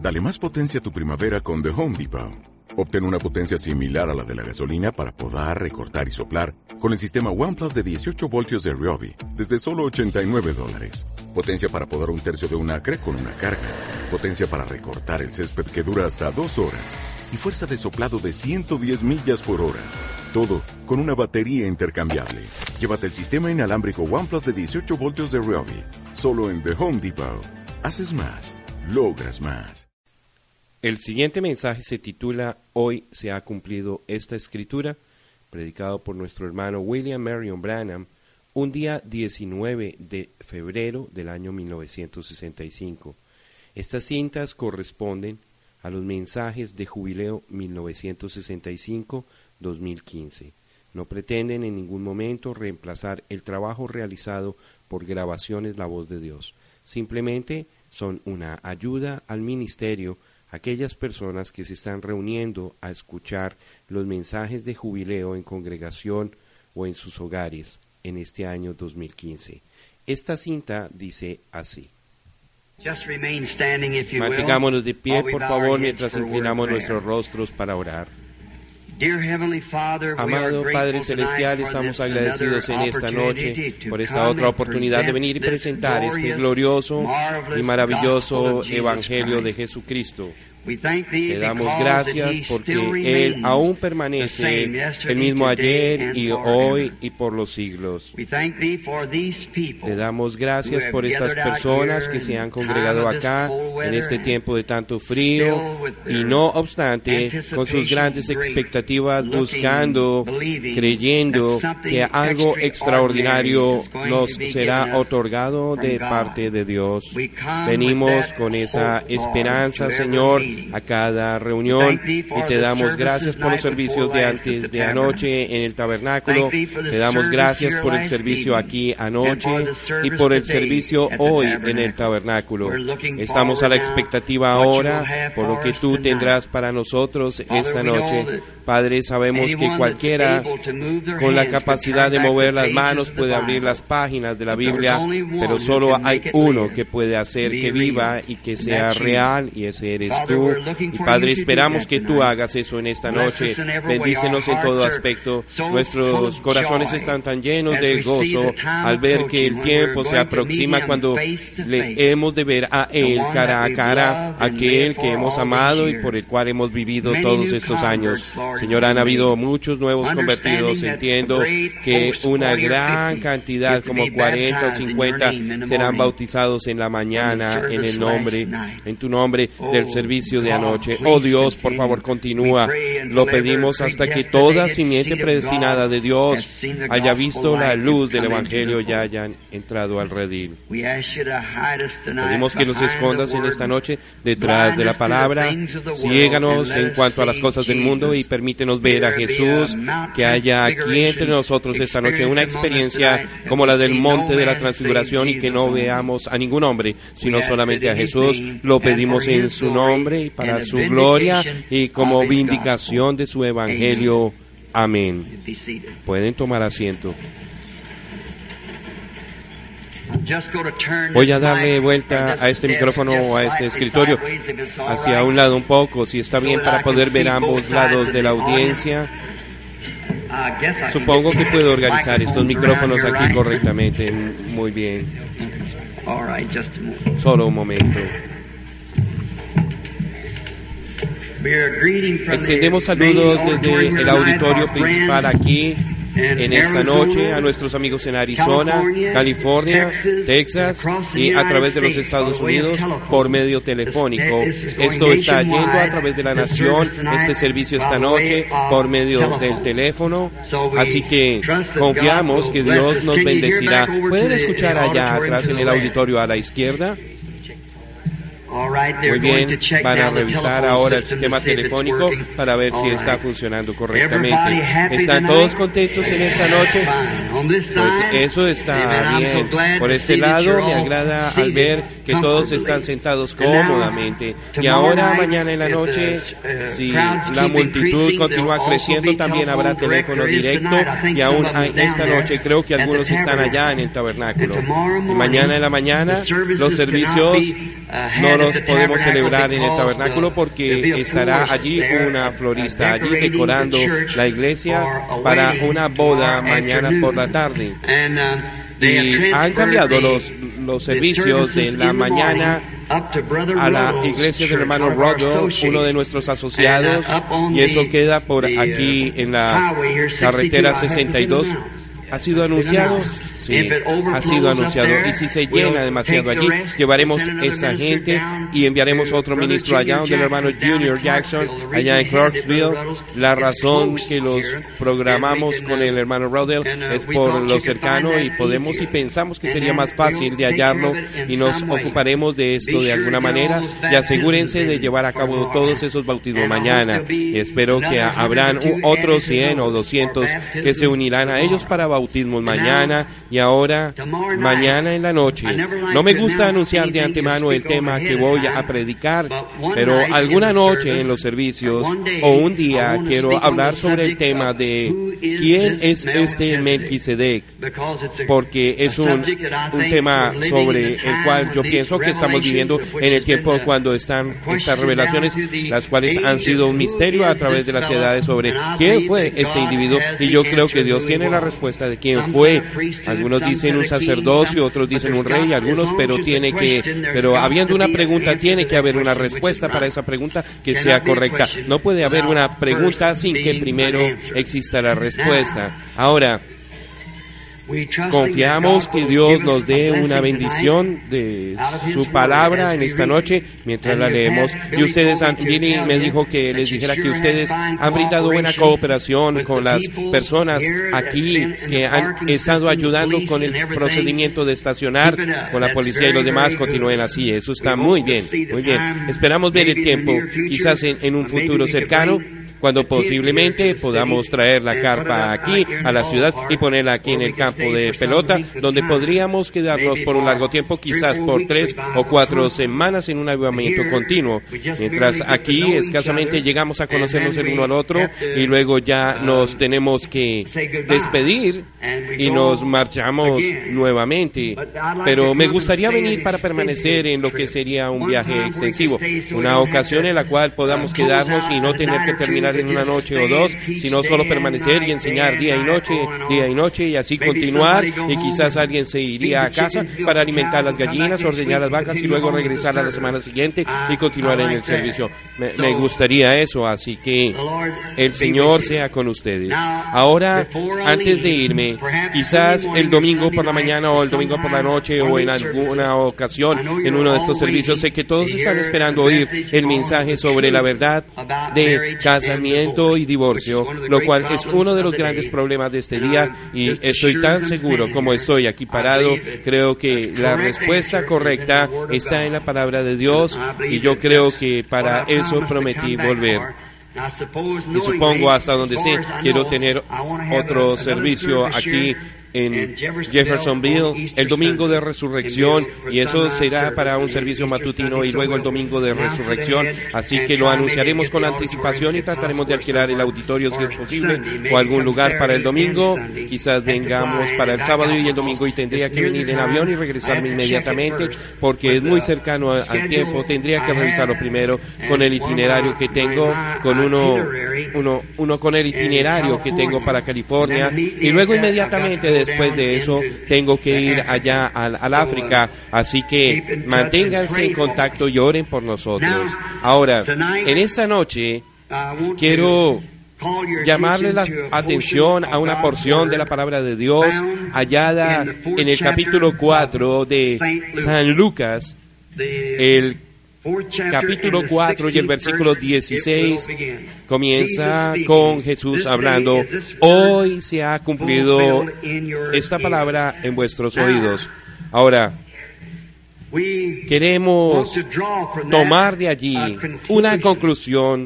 Dale más potencia a tu primavera con The Home Depot. Obtén una potencia similar a la de la gasolina para podar, recortar y soplar con el sistema OnePlus de 18 voltios de Ryobi desde solo $89. Potencia para podar un tercio de un acre con una carga. Potencia para recortar el césped que dura hasta 2 horas. Y fuerza de soplado de 110 millas por hora. Todo con una batería intercambiable. Llévate el sistema inalámbrico OnePlus de 18 voltios de Ryobi. Solo en The Home Depot. Haces más. Logras más. El siguiente mensaje se titula Hoy se ha cumplido esta escritura, predicado por nuestro hermano William Marion Branham, un día 19 de febrero del año 1965. Estas cintas corresponden a los mensajes de jubileo 1965-2015. No pretenden en ningún momento reemplazar el trabajo realizado por Grabaciones La Voz de Dios. Simplemente son una ayuda al ministerio, aquellas personas que se están reuniendo a escuchar los mensajes de jubileo en congregación o en sus hogares en este año 2015. Esta cinta dice así. Mantengámonos de pie, por favor, mientras inclinamos nuestros rostros para orar. Amado Padre Celestial, estamos agradecidos en esta noche por esta otra oportunidad de venir y presentar este glorioso y maravilloso Evangelio de Jesucristo. Te damos gracias porque Él aún permanece el mismo ayer y hoy y por los siglos. Te damos gracias por estas personas que se han congregado acá en este tiempo de tanto frío y no obstante con sus grandes expectativas buscando, creyendo que algo extraordinario nos será otorgado de parte de Dios. Venimos con esa esperanza, Señor, a cada reunión y te damos gracias por los servicios de antes de anoche en el tabernáculo. Te damos gracias por el servicio aquí anoche y por el servicio hoy en el tabernáculo. Estamos a la expectativa ahora por lo que tú tendrás para nosotros esta noche. Padre, sabemos que cualquiera con la capacidad de mover las manos puede abrir las páginas de la Biblia, pero solo hay uno que puede hacer que viva y que sea real, y ese eres tú. Y Padre, esperamos que tú hagas eso en esta noche. Bendícenos en todo aspecto. Nuestros corazones están tan llenos de gozo al ver que el tiempo se aproxima cuando le hemos de ver a Él cara a cara, aquel que hemos amado y por el cual hemos vivido todos estos años. Señor, han habido muchos nuevos convertidos. Entiendo que una gran cantidad, como 40 o 50, serán bautizados en la mañana en tu nombre del servicio de anoche. Oh Dios, por favor, continúa. Lo pedimos hasta que toda simiente predestinada de Dios haya visto la luz del Evangelio y hayan entrado al redil. Pedimos que nos escondas en esta noche detrás de la palabra. Ciéganos en cuanto a las cosas del mundo y permítenos ver a Jesús. Que haya aquí entre nosotros esta noche una experiencia como la del monte de la transfiguración y que no veamos a ningún hombre, sino solamente a Jesús. Lo pedimos en su nombre y para su gloria y como vindicación de su Evangelio. Amén. Pueden tomar asiento. Voy a darle vuelta a este micrófono o a este escritorio hacia un lado un poco, si está bien, para poder ver ambos lados de la audiencia. Supongo que puedo organizar estos micrófonos aquí correctamente. Muy bien. Solo un momento. Extendemos saludos desde el auditorio principal aquí en esta noche a nuestros amigos en Arizona, California, Texas y a través de los Estados Unidos por medio telefónico. Esto está yendo a través de la nación, este servicio esta noche por medio del teléfono, así que confiamos que Dios nos bendecirá. ¿Pueden escuchar allá atrás en el auditorio a la izquierda? Muy bien, van a revisar ahora el sistema telefónico para ver si está funcionando correctamente. ¿Están todos contentos en esta noche? Pues eso está bien. Por este lado me agrada al ver que todos están sentados cómodamente. Y ahora, mañana en la noche, si la multitud continúa creciendo, también habrá teléfono directo. Y aún esta noche creo que algunos están allá en el tabernáculo. Y mañana en la mañana los servicios no los podemos celebrar en el tabernáculo porque estará allí una florista allí decorando la iglesia para una boda mañana por la tarde. Y han cambiado los servicios de la mañana a la iglesia del hermano Rodwell, uno de nuestros asociados, y eso queda por aquí en la carretera 62. ¿Ha sido anunciado? Sí, ha sido anunciado. Y si se llena demasiado allí, llevaremos esta gente y enviaremos otro ministro allá, donde el hermano Junior Jackson, allá en Clarksville. La razón que los programamos con el hermano Rodell es por lo cercano, y podemos y pensamos que sería más fácil de hallarlo, y nos ocuparemos de esto de alguna manera. Y asegúrense de llevar a cabo todos esos bautismos mañana. Y espero que habrán otros 100 o 200 que se unirán a ellos para bautismos mañana. Y ahora, mañana en la noche, no me gusta anunciar de antemano el tema que voy a predicar, pero alguna noche en los servicios o un día quiero hablar sobre el tema de quién es este Melquisedec, porque es un tema sobre el cual yo pienso que estamos viviendo en el tiempo cuando están estas revelaciones, las cuales han sido un misterio a través de las edades sobre quién fue este individuo, y yo creo que Dios tiene la respuesta de quién fue. Algunos dicen un sacerdocio, otros dicen un rey, algunos, pero habiendo una pregunta, tiene que haber una respuesta para esa pregunta que sea correcta. No puede haber una pregunta sin que primero exista la respuesta. Ahora, confiamos que Dios nos dé una bendición de su palabra en esta noche mientras la leemos. Y ustedes, Billy me dijo que les dijera que ustedes han brindado buena cooperación con las personas aquí que han estado ayudando con el procedimiento de estacionar con la policía y los demás. Continúen así, eso está muy bien, muy bien. Esperamos ver el tiempo, quizás en un futuro cercano, cuando posiblemente podamos traer la carpa aquí a la ciudad y ponerla aquí en el campo de pelota, donde podríamos quedarnos por un largo tiempo, quizás por 3 o 4 semanas en un avivamiento continuo, mientras aquí escasamente llegamos a conocernos el uno al otro, y luego ya nos tenemos que despedir y nos marchamos nuevamente. Pero me gustaría venir para permanecer en lo que sería un viaje extensivo, una ocasión en la cual podamos quedarnos y no tener que terminar en una noche o dos, sino solo permanecer y enseñar día y noche, y así continuar, y quizás alguien se iría a casa para alimentar las gallinas, ordeñar las vacas y luego regresar a la semana siguiente y continuar en el servicio. Me gustaría eso, así que el Señor sea con ustedes. Ahora, antes de irme, quizás el domingo por la mañana o el domingo por la noche o en alguna ocasión en uno de estos servicios, sé que todos están esperando oír el mensaje sobre la verdad de casamiento y divorcio, lo cual es uno de los grandes problemas de este día, y estoy tan seguro como estoy aquí parado, creo que la respuesta correcta está en la palabra de Dios, y yo creo que para eso prometí volver. Y supongo, hasta donde sé, quiero tener otro servicio aquí en Jeffersonville el domingo de resurrección, y eso será para un servicio matutino y luego el domingo de resurrección, así que lo anunciaremos con anticipación y trataremos de alquilar el auditorio si es posible o algún lugar para el domingo. Quizás vengamos para el sábado y el domingo, y tendría que venir en avión y regresarme inmediatamente porque es muy cercano al tiempo. Tendría que revisarlo primero con el itinerario que tengo, con uno con el itinerario que tengo para California, y luego inmediatamente después de eso tengo que ir allá al África, así que manténganse en contacto y oren por nosotros. Ahora, en esta noche quiero llamarle la atención a una porción de la palabra de Dios hallada en el capítulo 4 de San Lucas, el capítulo 4 y el versículo 16 comienza con Jesús hablando: hoy se ha cumplido esta palabra en vuestros oídos. Ahora, queremos tomar de allí una conclusión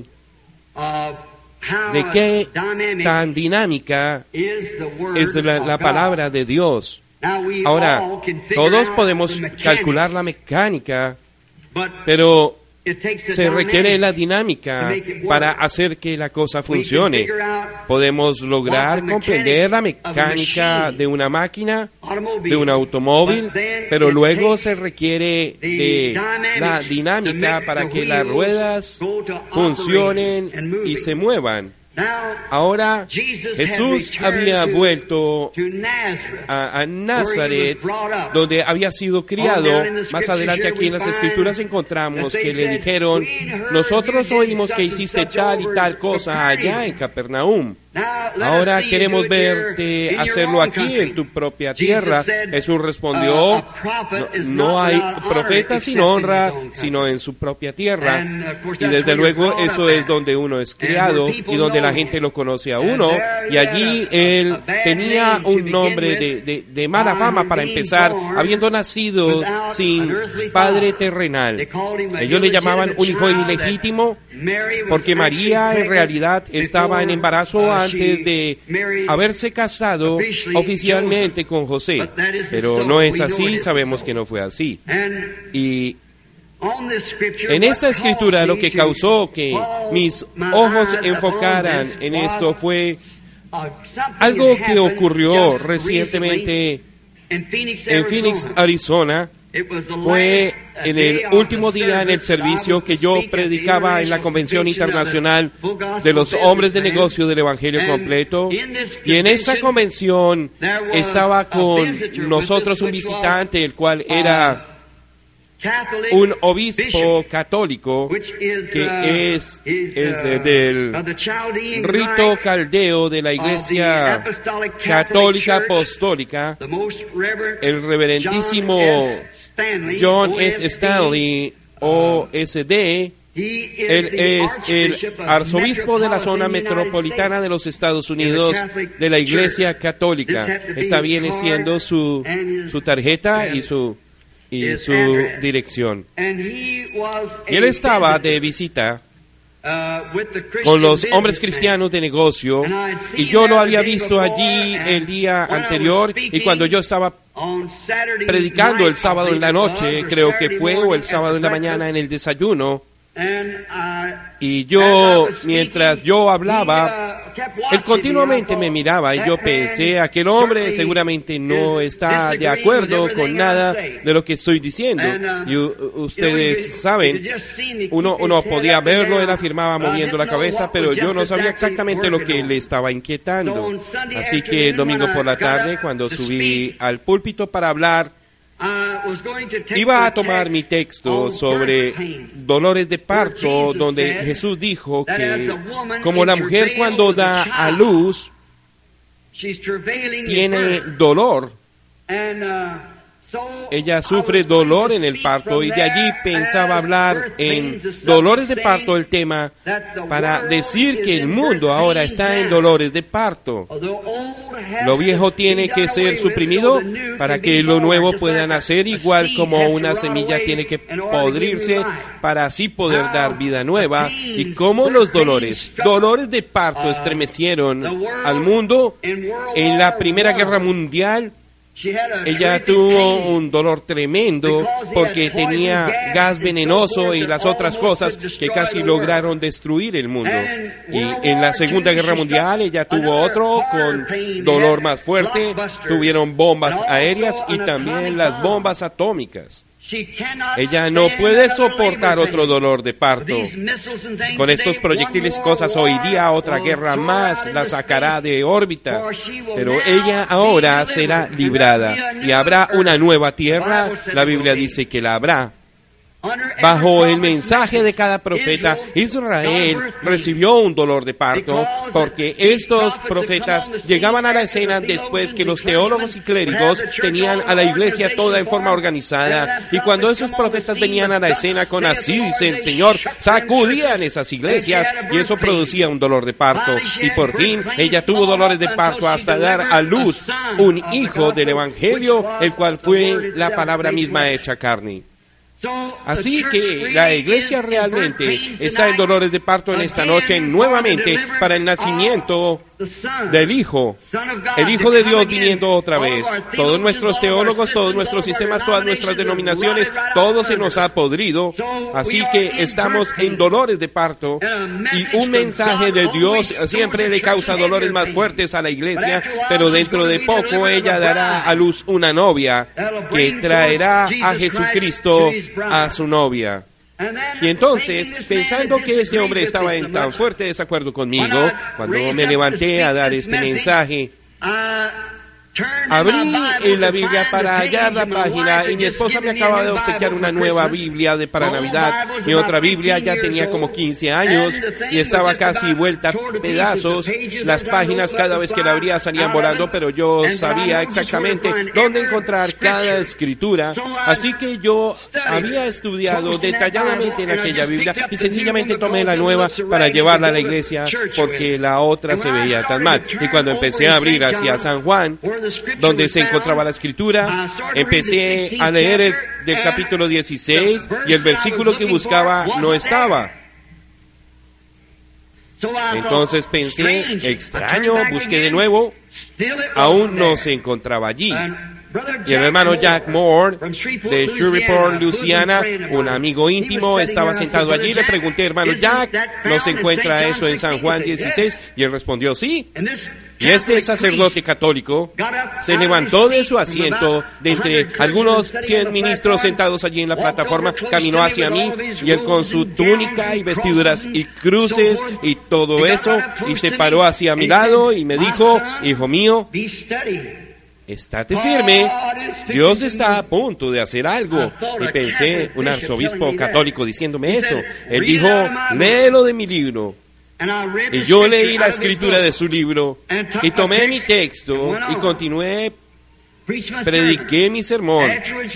de qué tan dinámica es la palabra de Dios. Ahora, todos podemos calcular la mecánica, pero se requiere la dinámica para hacer que la cosa funcione. Podemos lograr comprender la mecánica de una máquina, de un automóvil, pero luego se requiere de la dinámica para que las ruedas funcionen y se muevan. Ahora Jesús había vuelto a Nazaret, donde había sido criado. Más adelante aquí en las Escrituras encontramos que le dijeron: nosotros oímos que hiciste tal y tal cosa allá en Capernaum. Ahora queremos verte hacerlo aquí en tu propia tierra. Jesús respondió: no hay profeta sin honra, sino en su propia tierra. Y desde luego eso es donde uno es criado y donde la gente lo conoce a uno. Y allí él tenía un nombre de mala fama para empezar, habiendo nacido sin padre terrenal. Ellos le llamaban un hijo ilegítimo, porque María en realidad estaba en embarazo antes de haberse casado oficialmente con José. Pero no es así, sabemos que no fue así. Y en esta escritura lo que causó que mis ojos enfocaran en esto fue algo que ocurrió recientemente en Phoenix, Arizona. Fue en el último día en el servicio que yo predicaba en la Convención Internacional de los Hombres de Negocio del Evangelio Completo. Y en esa convención estaba con nosotros un visitante, el cual era un obispo católico, que es del rito caldeo de la Iglesia Católica Apostólica, el reverendísimo John S. Stanley, OSD. Él es el arzobispo de la zona metropolitana de los Estados Unidos de la Iglesia Católica. Esta viene siendo su tarjeta y su dirección. Y él estaba de visita con los hombres cristianos de negocio, y yo lo había visto allí el día anterior, y cuando yo estaba predicando el sábado en la noche, creo que fue, o el sábado en la mañana en el desayuno, y yo, mientras yo hablaba, él continuamente me miraba, y yo pensé: aquel hombre seguramente no está de acuerdo con nada de lo que estoy diciendo. Y ustedes saben, uno podía verlo, él afirmaba moviendo la cabeza, pero yo no sabía exactamente lo que le estaba inquietando. Así que el domingo por la tarde, cuando subí al púlpito para hablar, iba a tomar mi texto sobre dolores de parto, donde Jesús dijo que como la mujer cuando da a luz tiene dolor, ella sufre dolor en el parto, y de allí pensaba hablar en dolores de parto, el tema, para decir que el mundo ahora está en dolores de parto. Lo viejo tiene que ser suprimido para que lo nuevo pueda nacer, igual como una semilla tiene que podrirse para así poder dar vida nueva. Y como los dolores de parto estremecieron al mundo en la Primera Guerra Mundial. Ella tuvo un dolor tremendo porque tenía gas venenoso y las otras cosas que casi lograron destruir el mundo. Y en la Segunda Guerra Mundial ella tuvo otro con dolor más fuerte. Tuvieron bombas aéreas y también las bombas atómicas. Ella no puede soportar otro dolor de parto. Con estos proyectiles y cosas, hoy día otra guerra más la sacará de órbita. Pero ella ahora será librada y habrá una nueva tierra. La Biblia dice que la habrá. Bajo el mensaje de cada profeta, Israel recibió un dolor de parto porque estos profetas llegaban a la escena después que los teólogos y clérigos tenían a la iglesia toda en forma organizada, y cuando esos profetas venían a la escena con "así dice el Señor", sacudían esas iglesias y eso producía un dolor de parto. Y por fin ella tuvo dolores de parto hasta dar a luz un hijo del Evangelio, el cual fue la palabra misma hecha carne. Así que la iglesia realmente está en dolores de parto en esta noche nuevamente para el nacimiento del Hijo, el Hijo de Dios viniendo otra vez. Todos nuestros teólogos, todos nuestros sistemas, todas nuestras denominaciones, todo se nos ha podrido, así que estamos en dolores de parto, y un mensaje de Dios siempre le causa dolores más fuertes a la iglesia, pero dentro de poco ella dará a luz una novia que traerá a Jesucristo a su novia. Y entonces, pensando que este hombre estaba en tan fuerte desacuerdo conmigo, cuando me levanté a dar este mensaje, abrí en la Biblia para hallar la página, y mi esposa me acaba de obsequiar una nueva Biblia para Navidad. Mi otra Biblia ya tenía como 15 años y estaba casi vuelta a pedazos. Las páginas cada vez que la abría salían volando, pero yo sabía exactamente dónde encontrar cada escritura. Así que yo había estudiado detalladamente en aquella Biblia y sencillamente tomé la nueva para llevarla a la iglesia porque la otra se veía tan mal. Y cuando empecé a abrir hacia San Juan, donde se encontraba la escritura, empecé a leer del capítulo 16 y el versículo que buscaba no estaba. Entonces pensé, extraño, busqué de nuevo, aún no se encontraba allí. Y el hermano Jack Moore, de Shreveport, Luisiana, un amigo íntimo, estaba sentado allí. Le pregunté, hermano Jack, ¿no se encuentra eso en San Juan 16? Y él respondió, sí. Y este sacerdote católico se levantó de su asiento, de entre algunos 100 ministros sentados allí en la plataforma, caminó hacia mí, y él con su túnica y vestiduras y cruces y todo eso, y se paró hacia mi lado y me dijo, hijo mío, estate firme, Dios está a punto de hacer algo. Y pensé, un arzobispo católico diciéndome eso. Él dijo, léelo de mi libro. Y yo leí la escritura de su libro, y tomé mi texto, y continué, prediqué mi sermón.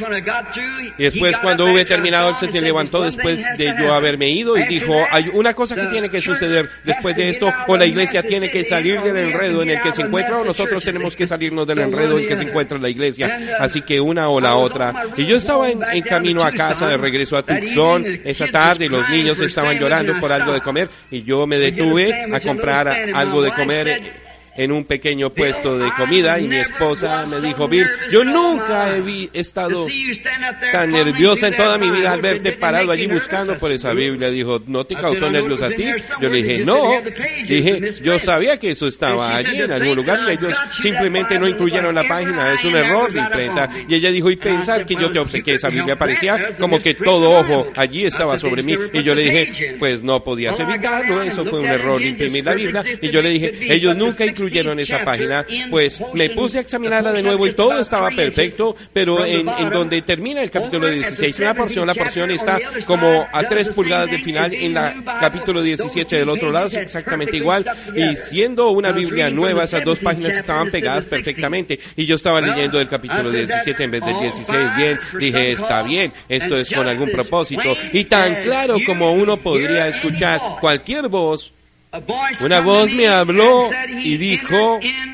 Y después, cuando hube terminado, él se levantó después de yo haberme ido y dijo, hay una cosa que tiene que suceder después de esto, o la iglesia tiene que salir del enredo en el que se encuentra, o nosotros tenemos que salirnos del enredo en que se encuentra la iglesia. Así que una o la otra. Y yo estaba en camino a casa, de regreso a Tucson, esa tarde, los niños estaban llorando por algo de comer, y yo me detuve a comprar algo de comer en un pequeño puesto de comida, y mi esposa me dijo, Bill, yo nunca he estado tan nerviosa en toda mi vida al verte parado allí buscando por esa Biblia. Dijo, ¿no te causó nervios a ti? Yo le dije, no. Dije, yo sabía que eso estaba allí en algún lugar y ellos simplemente no incluyeron la página, es un error de imprenta. Y ella dijo, y pensar que yo te obsequié esa Biblia, parecía como que todo ojo allí estaba sobre mí. Y yo le dije, pues no podías evitarlo, eso fue un error de imprimir la Biblia. Y yo le dije, ellos nunca incluyeron esa página. Pues me puse a examinarla de nuevo y todo estaba perfecto, pero en donde termina el capítulo 16, la porción está como a 3 pulgadas del final, en la capítulo 17 del otro lado, es exactamente igual, y siendo una Biblia nueva, esas 2 páginas estaban pegadas perfectamente, y yo estaba leyendo el capítulo 17 en vez del 16, bien, dije, está bien, esto es con algún propósito, y tan claro como uno podría escuchar cualquier voz. Una voz me habló y dijo,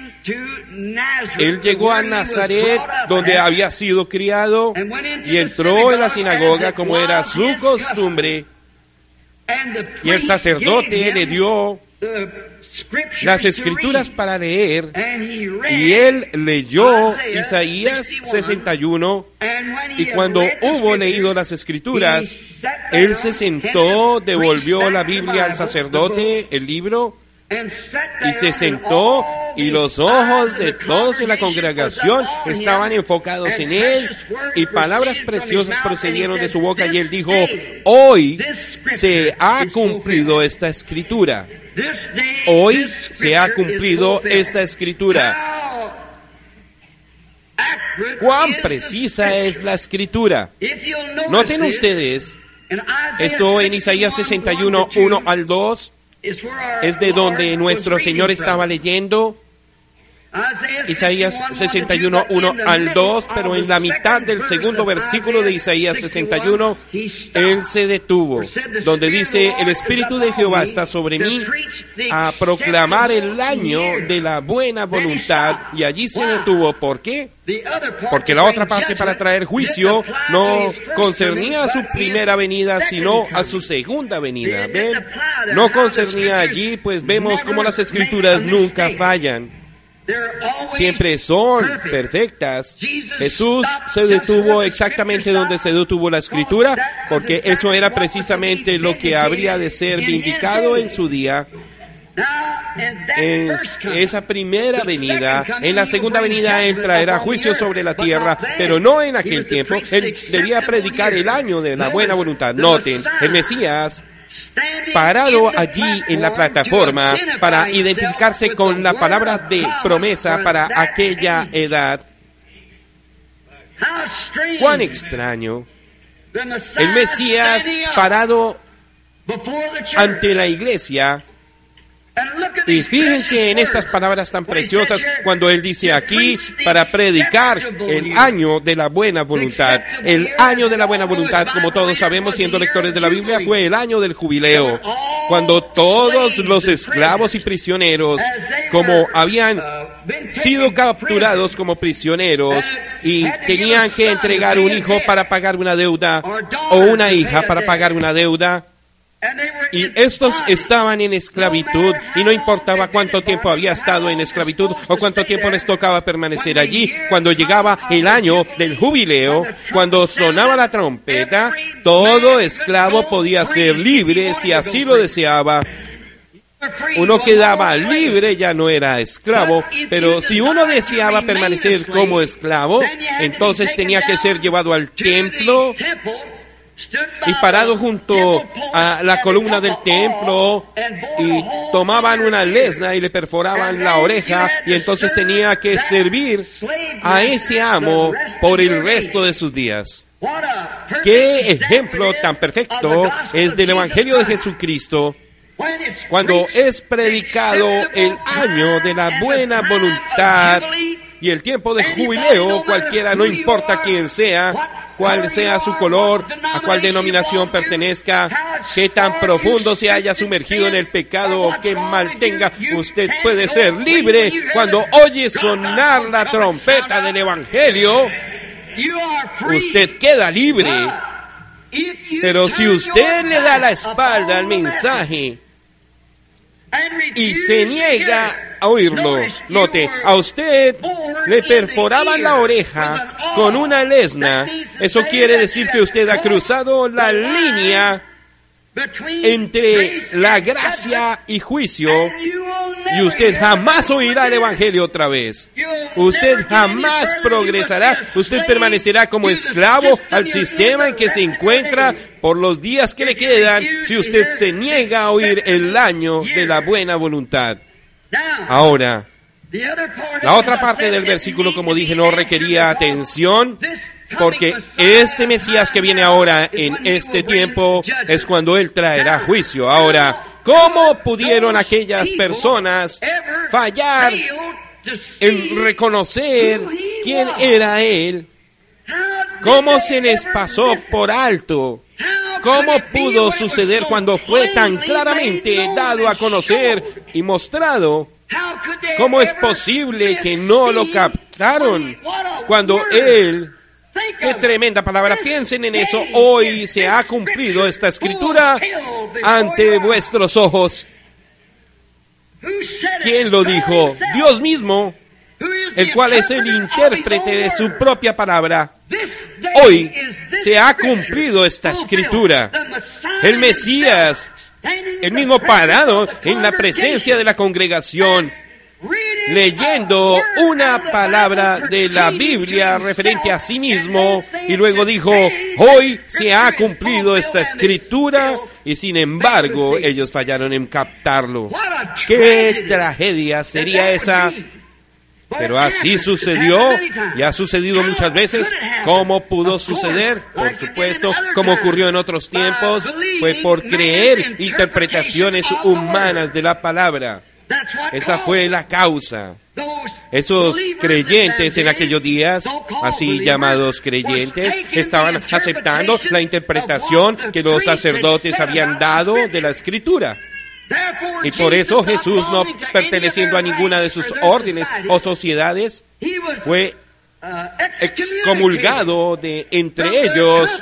él llegó a Nazaret, donde había sido criado, y entró en la sinagoga como era su costumbre, y el sacerdote le dio las escrituras para leer, y él leyó Isaías 61, y cuando hubo leído las escrituras, él se sentó, devolvió la Biblia al sacerdote, el libro, y se sentó, y los ojos de todos en la congregación estaban enfocados en él, y palabras preciosas procedieron de su boca, y él dijo, hoy se ha cumplido esta escritura. Hoy se ha cumplido esta escritura. ¿Cuán precisa es la escritura? Noten ustedes, esto en Isaías 61, 1 al 2, es de donde nuestro Señor estaba leyendo. Isaías 61, 1 al 2, pero en la mitad del segundo versículo de Isaías 61, Él se detuvo, donde dice, el Espíritu de Jehová está sobre mí a proclamar el año de la buena voluntad, y allí se detuvo. ¿Por qué? Porque la otra parte para traer juicio no concernía a su primera venida, sino a su segunda venida. ¿Ven? No concernía allí, pues vemos cómo las Escrituras nunca fallan. Siempre son perfectas. Jesús se detuvo exactamente donde se detuvo la Escritura, porque eso era precisamente lo que habría de ser vindicado en su día. En esa primera venida, en la segunda venida Él traerá juicio sobre la tierra, pero no en aquel tiempo. Él debía predicar el año de la buena voluntad. Noten, el Mesías parado allí en la plataforma para identificarse con la palabra de promesa para aquella edad. Cuán extraño, el Mesías parado ante la iglesia. Y fíjense en estas palabras tan preciosas cuando Él dice aquí, para predicar el año de la buena voluntad. El año de la buena voluntad, como todos sabemos siendo lectores de la Biblia, fue el año del jubileo, cuando todos los esclavos y prisioneros, como habían sido capturados como prisioneros y tenían que entregar un hijo para pagar una deuda o una hija para pagar una deuda, y estos estaban en esclavitud, y no importaba cuánto tiempo había estado en esclavitud o cuánto tiempo les tocaba permanecer allí. Cuando llegaba el año del jubileo, cuando sonaba la trompeta, todo esclavo podía ser libre si así lo deseaba. Uno quedaba libre, ya no era esclavo, pero si uno deseaba permanecer como esclavo, entonces tenía que ser llevado al templo y parado junto a la columna del templo, y tomaban una lesna y le perforaban la oreja, y entonces tenía que servir a ese amo por el resto de sus días. ¡Qué ejemplo tan perfecto es del Evangelio de Jesucristo! Cuando es predicado el año de la buena voluntad y el tiempo de jubileo, cualquiera, no importa quién sea, cuál sea su color, a cuál denominación pertenezca, qué tan profundo se haya sumergido en el pecado o qué mal tenga, usted puede ser libre cuando oye sonar la trompeta del Evangelio. Usted queda libre. Pero si usted le da la espalda al mensaje y se niega a oírlo, note, a usted le perforaban la oreja con una lesna. Eso quiere decir que usted ha cruzado la línea entre la gracia y juicio, y usted jamás oirá el Evangelio otra vez. Usted jamás progresará. Usted permanecerá como esclavo al sistema en que se encuentra por los días que le quedan si usted se niega a oír el año de la buena voluntad. Ahora, la otra parte del versículo, como dije, no requería atención, porque este Mesías que viene ahora en este tiempo es cuando Él traerá juicio. Ahora, ¿cómo pudieron aquellas personas fallar en reconocer quién era Él? ¿Cómo se les pasó por alto? ¿Cómo pudo suceder cuando fue tan claramente dado a conocer y mostrado? ¿Cómo es posible que no lo captaron cuando Él... ¡Qué tremenda palabra! Piensen en eso. Hoy se ha cumplido esta escritura ante vuestros ojos. ¿Quién lo dijo? Dios mismo, el cual es el intérprete de su propia palabra. Hoy se ha cumplido esta escritura. El Mesías, el mismo parado en la presencia de la congregación, leyendo una palabra de la Biblia referente a sí mismo, y luego dijo, hoy se ha cumplido esta escritura, y sin embargo ellos fallaron en captarlo. ¡Qué tragedia sería esa! Pero así sucedió, y ha sucedido muchas veces. ¿Cómo pudo suceder? Por supuesto, como ocurrió en otros tiempos, fue por creer interpretaciones humanas de la palabra. Esa fue la causa. Esos creyentes en aquellos días, así llamados creyentes, estaban aceptando la interpretación que los sacerdotes habían dado de la Escritura. Y por eso Jesús, no perteneciendo a ninguna de sus órdenes o sociedades, fue excomulgado de entre ellos,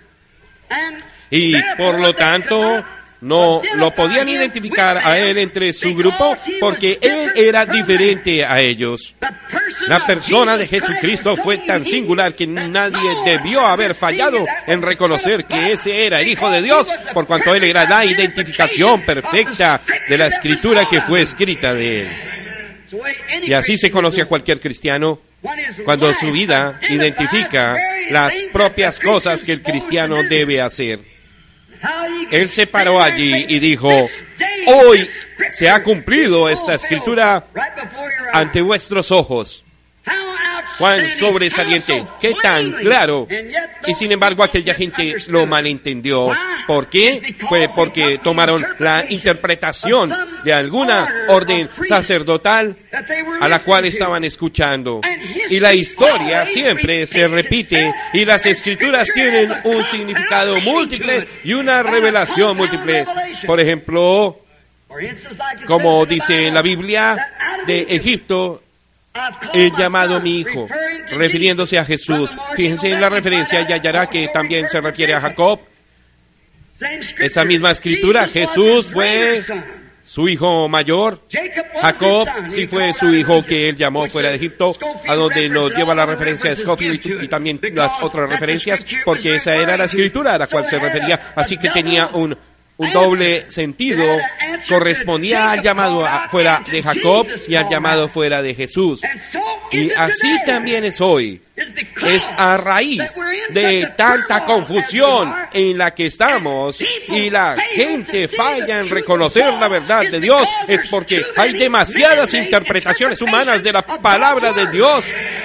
y por lo tanto no lo podían identificar a él entre su grupo, porque él era diferente a ellos. La persona de Jesucristo fue tan singular que nadie debió haber fallado en reconocer que ese era el Hijo de Dios, por cuanto él era la identificación perfecta de la Escritura que fue escrita de él. Y así se conoce a cualquier cristiano cuando su vida identifica las propias cosas que el cristiano debe hacer. Él se paró allí y dijo: hoy se ha cumplido esta Escritura ante vuestros ojos. Cuán sobresaliente, qué tan claro. Y sin embargo aquella gente lo malentendió. ¿Por qué? Fue porque tomaron la interpretación de alguna orden sacerdotal a la cual estaban escuchando. Y la historia siempre se repite, y las Escrituras tienen un significado múltiple y una revelación múltiple. Por ejemplo, como dice en la Biblia, de Egipto he llamado a mi hijo, refiriéndose a Jesús. Fíjense en la referencia y hallará que también se refiere a Jacob. Esa misma Escritura, Jesús fue su hijo mayor. Jacob sí fue su hijo que él llamó fuera de Egipto, a donde nos lleva la referencia de Scofield y también las otras referencias, porque esa era la Escritura a la cual se refería. Así que tenía un doble sentido, correspondía al llamado fuera de Jacob y al llamado fuera de Jesús. Y así también es hoy. Es a raíz de tanta confusión en la que estamos y la gente falla en reconocer la verdad de Dios, es porque hay demasiadas interpretaciones humanas de la palabra de Dios.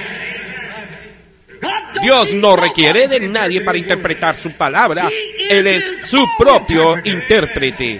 Dios no requiere de nadie para interpretar su palabra. Él es su propio intérprete.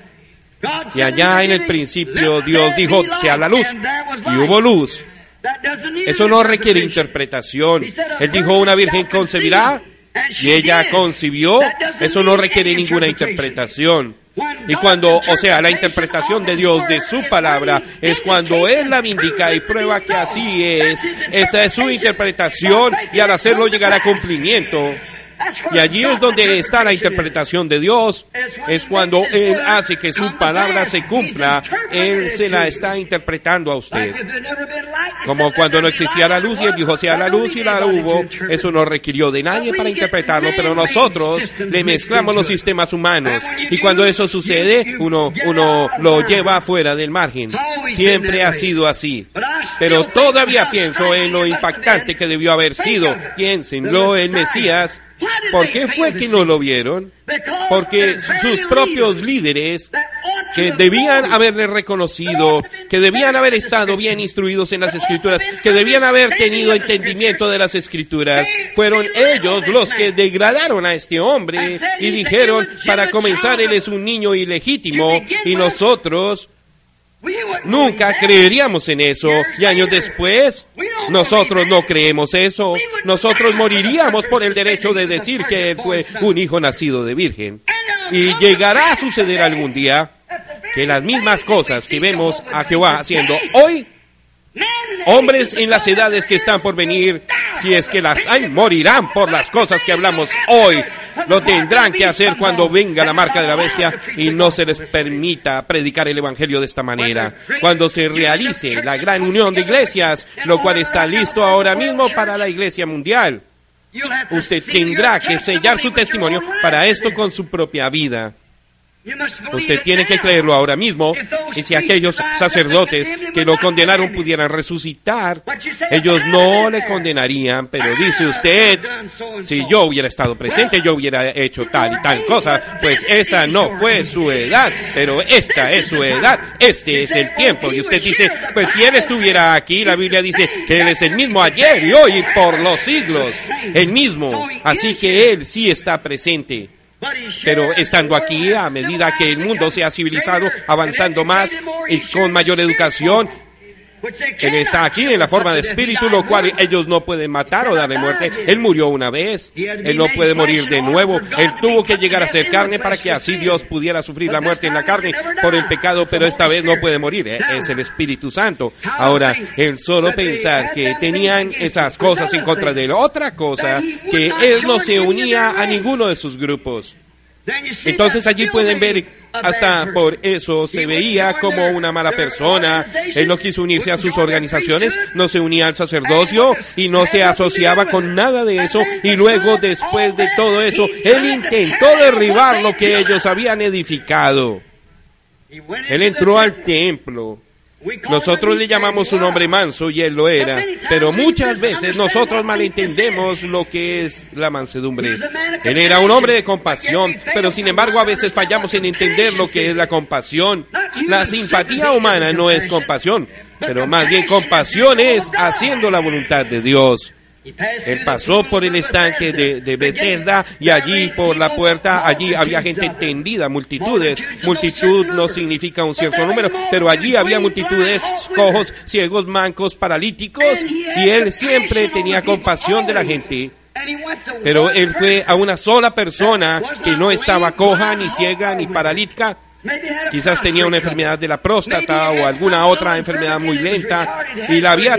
Y allá en el principio Dios dijo: sea la luz, y hubo luz. Eso no requiere interpretación. Él dijo: una virgen concebirá, y ella concibió. Eso no requiere ninguna interpretación. Y cuando, o sea, la interpretación de Dios de su palabra es cuando Él la vindica y prueba que así es. Esa es su interpretación, y al hacerlo llegará a cumplimiento. Y allí es donde está la interpretación de Dios. Es cuando Él hace que su palabra se cumpla. Él se la está interpretando a usted. Como cuando no existía la luz y Él dijo: sea la luz, y la hubo. Eso no requirió de nadie para interpretarlo, pero nosotros le mezclamos los sistemas humanos. Y cuando eso sucede, uno lo lleva fuera del margen. Siempre ha sido así. Pero todavía pienso en lo impactante que debió haber sido. Piénsenlo, el Mesías. ¿Por qué fue que no lo vieron? Porque sus propios líderes, que debían haberle reconocido, que debían haber estado bien instruidos en las Escrituras, que debían haber tenido entendimiento de las Escrituras, fueron ellos los que degradaron a este hombre y dijeron: para comenzar, él es un niño ilegítimo, y nosotros nunca creeríamos en eso. Y años después, nosotros no creemos eso. Nosotros moriríamos por el derecho de decir que él fue un hijo nacido de virgen. Y llegará a suceder algún día que las mismas cosas que vemos a Jehová haciendo hoy, hombres en las edades que están por venir, si es que las hay, morirán por las cosas que hablamos hoy. Lo tendrán que hacer cuando venga la marca de la bestia y no se les permita predicar el evangelio de esta manera. Cuando se realice la gran unión de iglesias, lo cual está listo ahora mismo para la iglesia mundial, usted tendrá que sellar su testimonio para esto con su propia vida. Usted tiene que creerlo ahora mismo. Y si aquellos sacerdotes que lo condenaron pudieran resucitar, ellos no le condenarían. Pero dice usted: si yo hubiera estado presente, yo hubiera hecho tal y tal cosa. Pues esa no fue su edad, pero esta es su edad. Este es el tiempo. Y usted dice: pues si él estuviera aquí, la Biblia dice que él es el mismo ayer y hoy y por los siglos. El mismo. Así que él sí está presente. Pero estando aquí, a medida que el mundo se ha civilizado, avanzando más y con mayor educación, Él está aquí en la forma de espíritu, lo cual ellos no pueden matar o darle muerte. Él murió una vez, Él no puede morir de nuevo. Él tuvo que llegar a ser carne para que así Dios pudiera sufrir la muerte en la carne por el pecado, pero esta vez no puede morir, es el Espíritu Santo. Ahora, el solo pensar que tenían esas cosas en contra de Él, otra cosa, que Él no se unía a ninguno de sus grupos. Entonces allí pueden ver, hasta por eso se veía como una mala persona. Él no quiso unirse a sus organizaciones, no se unía al sacerdocio y no se asociaba con nada de eso. Y luego, después de todo eso, Él intentó derribar lo que ellos habían edificado. Él entró al templo. Nosotros le llamamos un hombre manso y Él lo era, pero muchas veces nosotros malentendemos lo que es la mansedumbre. Él era un hombre de compasión, pero sin embargo a veces fallamos en entender lo que es la compasión. La simpatía humana no es compasión, pero más bien compasión es haciendo la voluntad de Dios. Él pasó por el estanque de Bethesda y allí por la puerta, allí había gente tendida, multitudes. Multitud no significa un cierto número, pero allí había multitudes, cojos, ciegos, mancos, paralíticos, y Él siempre tenía compasión de la gente. Pero Él fue a una sola persona que no estaba coja, ni ciega, ni paralítica. Quizás tenía una enfermedad de la próstata o alguna otra enfermedad muy lenta y la había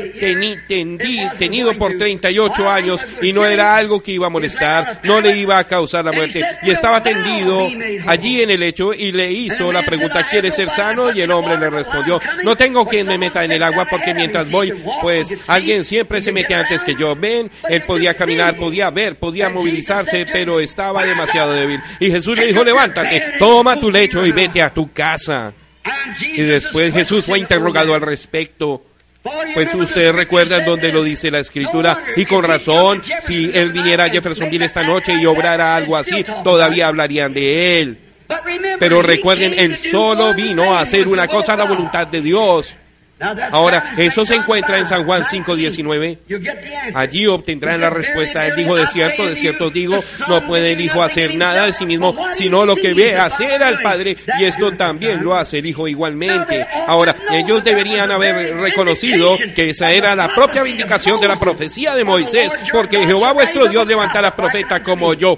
tenido por 38 años y no era algo que iba a molestar, no le iba a causar la muerte, y estaba tendido allí en el lecho y le hizo la pregunta: ¿quieres ser sano? Y el hombre le respondió: no tengo quien me meta en el agua, porque mientras voy, pues alguien siempre se mete antes que yo. Ven, él podía caminar, podía ver, podía movilizarse, pero estaba demasiado débil. Y Jesús le dijo: levántate, toma tu lecho y vete a tu casa. Y después Jesús fue interrogado al respecto. Pues ustedes recuerdan donde lo dice la Escritura, y con razón, si Él viniera a Jeffersonville esta noche y obrara algo así, todavía hablarían de Él. Pero recuerden, Él solo vino a hacer una cosa: la voluntad de Dios. Ahora, eso se encuentra en San Juan 5:19. Allí obtendrán la respuesta. Él dijo: de cierto os digo, no puede el Hijo hacer nada de sí mismo, sino lo que ve hacer al Padre, y esto también lo hace el Hijo igualmente. Ahora, ellos deberían haber reconocido que esa era la propia vindicación de la profecía de Moisés, porque Jehová vuestro Dios levantará profeta como yo.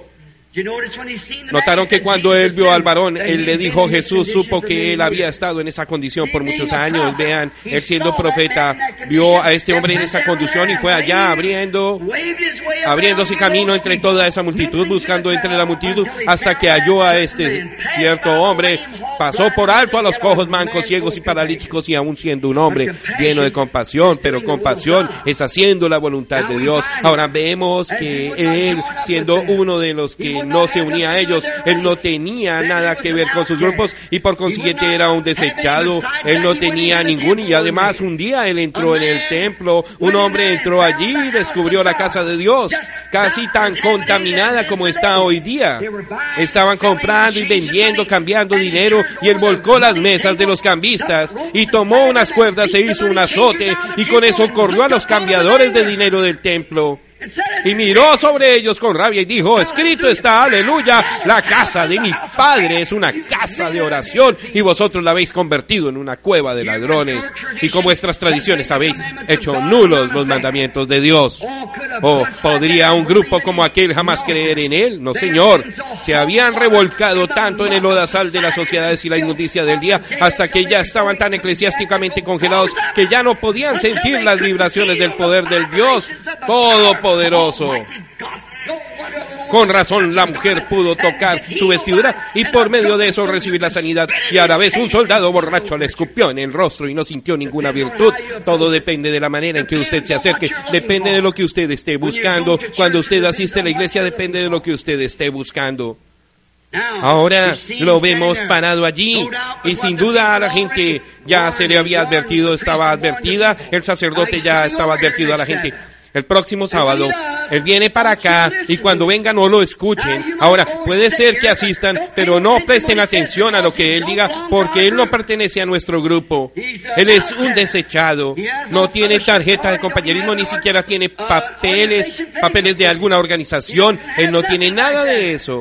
Notaron que cuando Él vio al varón, Él le dijo: Jesús supo que él había estado en esa condición por muchos años. Vean, Él siendo profeta, vio a este hombre en esa condición y fue allá abriéndose camino entre toda esa multitud, buscando entre la multitud, hasta que halló a este cierto hombre. Pasó por alto a los cojos, mancos, ciegos y paralíticos, y aún siendo un hombre lleno de compasión, pero compasión es haciendo la voluntad de Dios. Ahora vemos que Él, siendo uno de los que no se unía a ellos, Él no tenía nada que ver con sus grupos y por consiguiente era un desechado. Él no tenía ninguno, y además un día Él entró en el templo, un hombre entró allí y descubrió la casa de Dios, casi tan contaminada como está hoy día. Estaban comprando y vendiendo, cambiando dinero, y Él volcó las mesas de los cambistas y tomó unas cuerdas e hizo un azote, y con eso corrió a los cambiadores de dinero del templo y miró sobre ellos con rabia y dijo: escrito está, aleluya, la casa de mi Padre es una casa de oración, y vosotros la habéis convertido en una cueva de ladrones, y con vuestras tradiciones habéis hecho nulos los mandamientos de Dios. ¿Podría un grupo como aquel jamás creer en Él? No, Señor. Se habían revolcado tanto en el lodazal de las sociedades y la inmundicia del día, hasta que ya estaban tan eclesiásticamente congelados que ya no podían sentir las vibraciones del poder del Dios Todopoderoso. Con razón la mujer pudo tocar su vestidura y por medio de eso recibir la sanidad, y a la vez un soldado borracho le escupió en el rostro y no sintió ninguna virtud. Todo depende de la manera en que usted se acerque, depende de lo que usted esté buscando. Cuando usted asiste a la iglesia, depende de lo que usted esté buscando. Ahora lo vemos parado allí, y sin duda a la gente ya se le había advertido, estaba advertida, el sacerdote ya estaba advertido a la gente. El próximo sábado Él viene para acá, y cuando venga no lo escuchen. Ahora, puede ser que asistan, pero no presten atención a lo que Él diga, porque Él no pertenece a nuestro grupo. Él es un desechado, no tiene tarjeta de compañerismo, ni siquiera tiene papeles de alguna organización. Él no tiene nada de eso.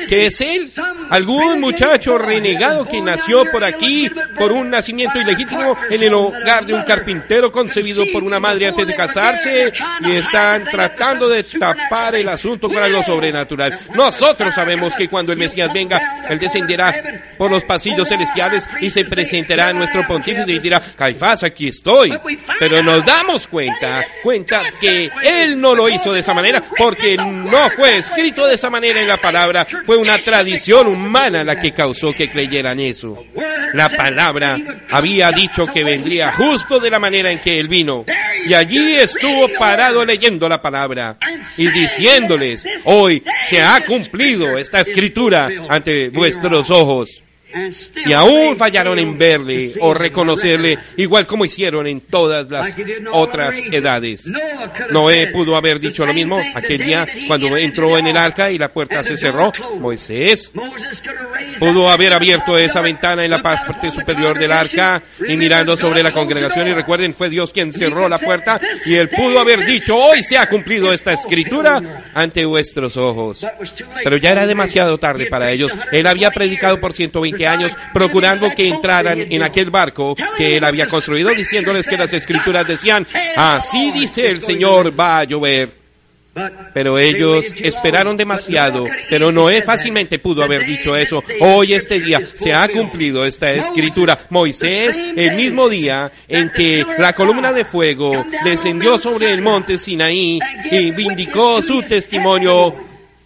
que es él, algún muchacho renegado que nació por aquí por un nacimiento ilegítimo en el hogar de un carpintero concebido por una madre antes de casarse, y están tratando de tapar el asunto con algo sobrenatural. Nosotros sabemos que cuando el Mesías venga, él descenderá por los pasillos celestiales y se presentará a nuestro pontífice y dirá: Caifás, aquí estoy. Pero nos damos cuenta que él no lo hizo de esa manera, porque no fue escrito de esa manera en la palabra. Fue una tradición humana la que causó que creyeran eso. La palabra había dicho que vendría justo de la manera en que él vino, y allí estuvo parado leyendo la palabra y diciéndoles: hoy se ha cumplido esta escritura ante vuestros ojos. Y aún fallaron en verle o reconocerle, igual como hicieron en todas las otras edades. Noé pudo haber dicho lo mismo aquel día cuando entró en el arca y la puerta se cerró. Moisés pudo haber abierto esa ventana en la parte superior del arca y mirando sobre la congregación, y recuerden, fue Dios quien cerró la puerta, y él pudo haber dicho: hoy se ha cumplido esta escritura ante vuestros ojos. Pero ya era demasiado tarde para ellos. Él había predicado por 120 años procurando que entraran en aquel barco que él había construido, diciéndoles que las escrituras decían: así dice el Señor, va a llover. Pero ellos esperaron demasiado. Pero Noé fácilmente pudo haber dicho eso: hoy, este día, se ha cumplido esta escritura. Moisés, el mismo día en que la columna de fuego descendió sobre el monte Sinaí y vindicó su testimonio,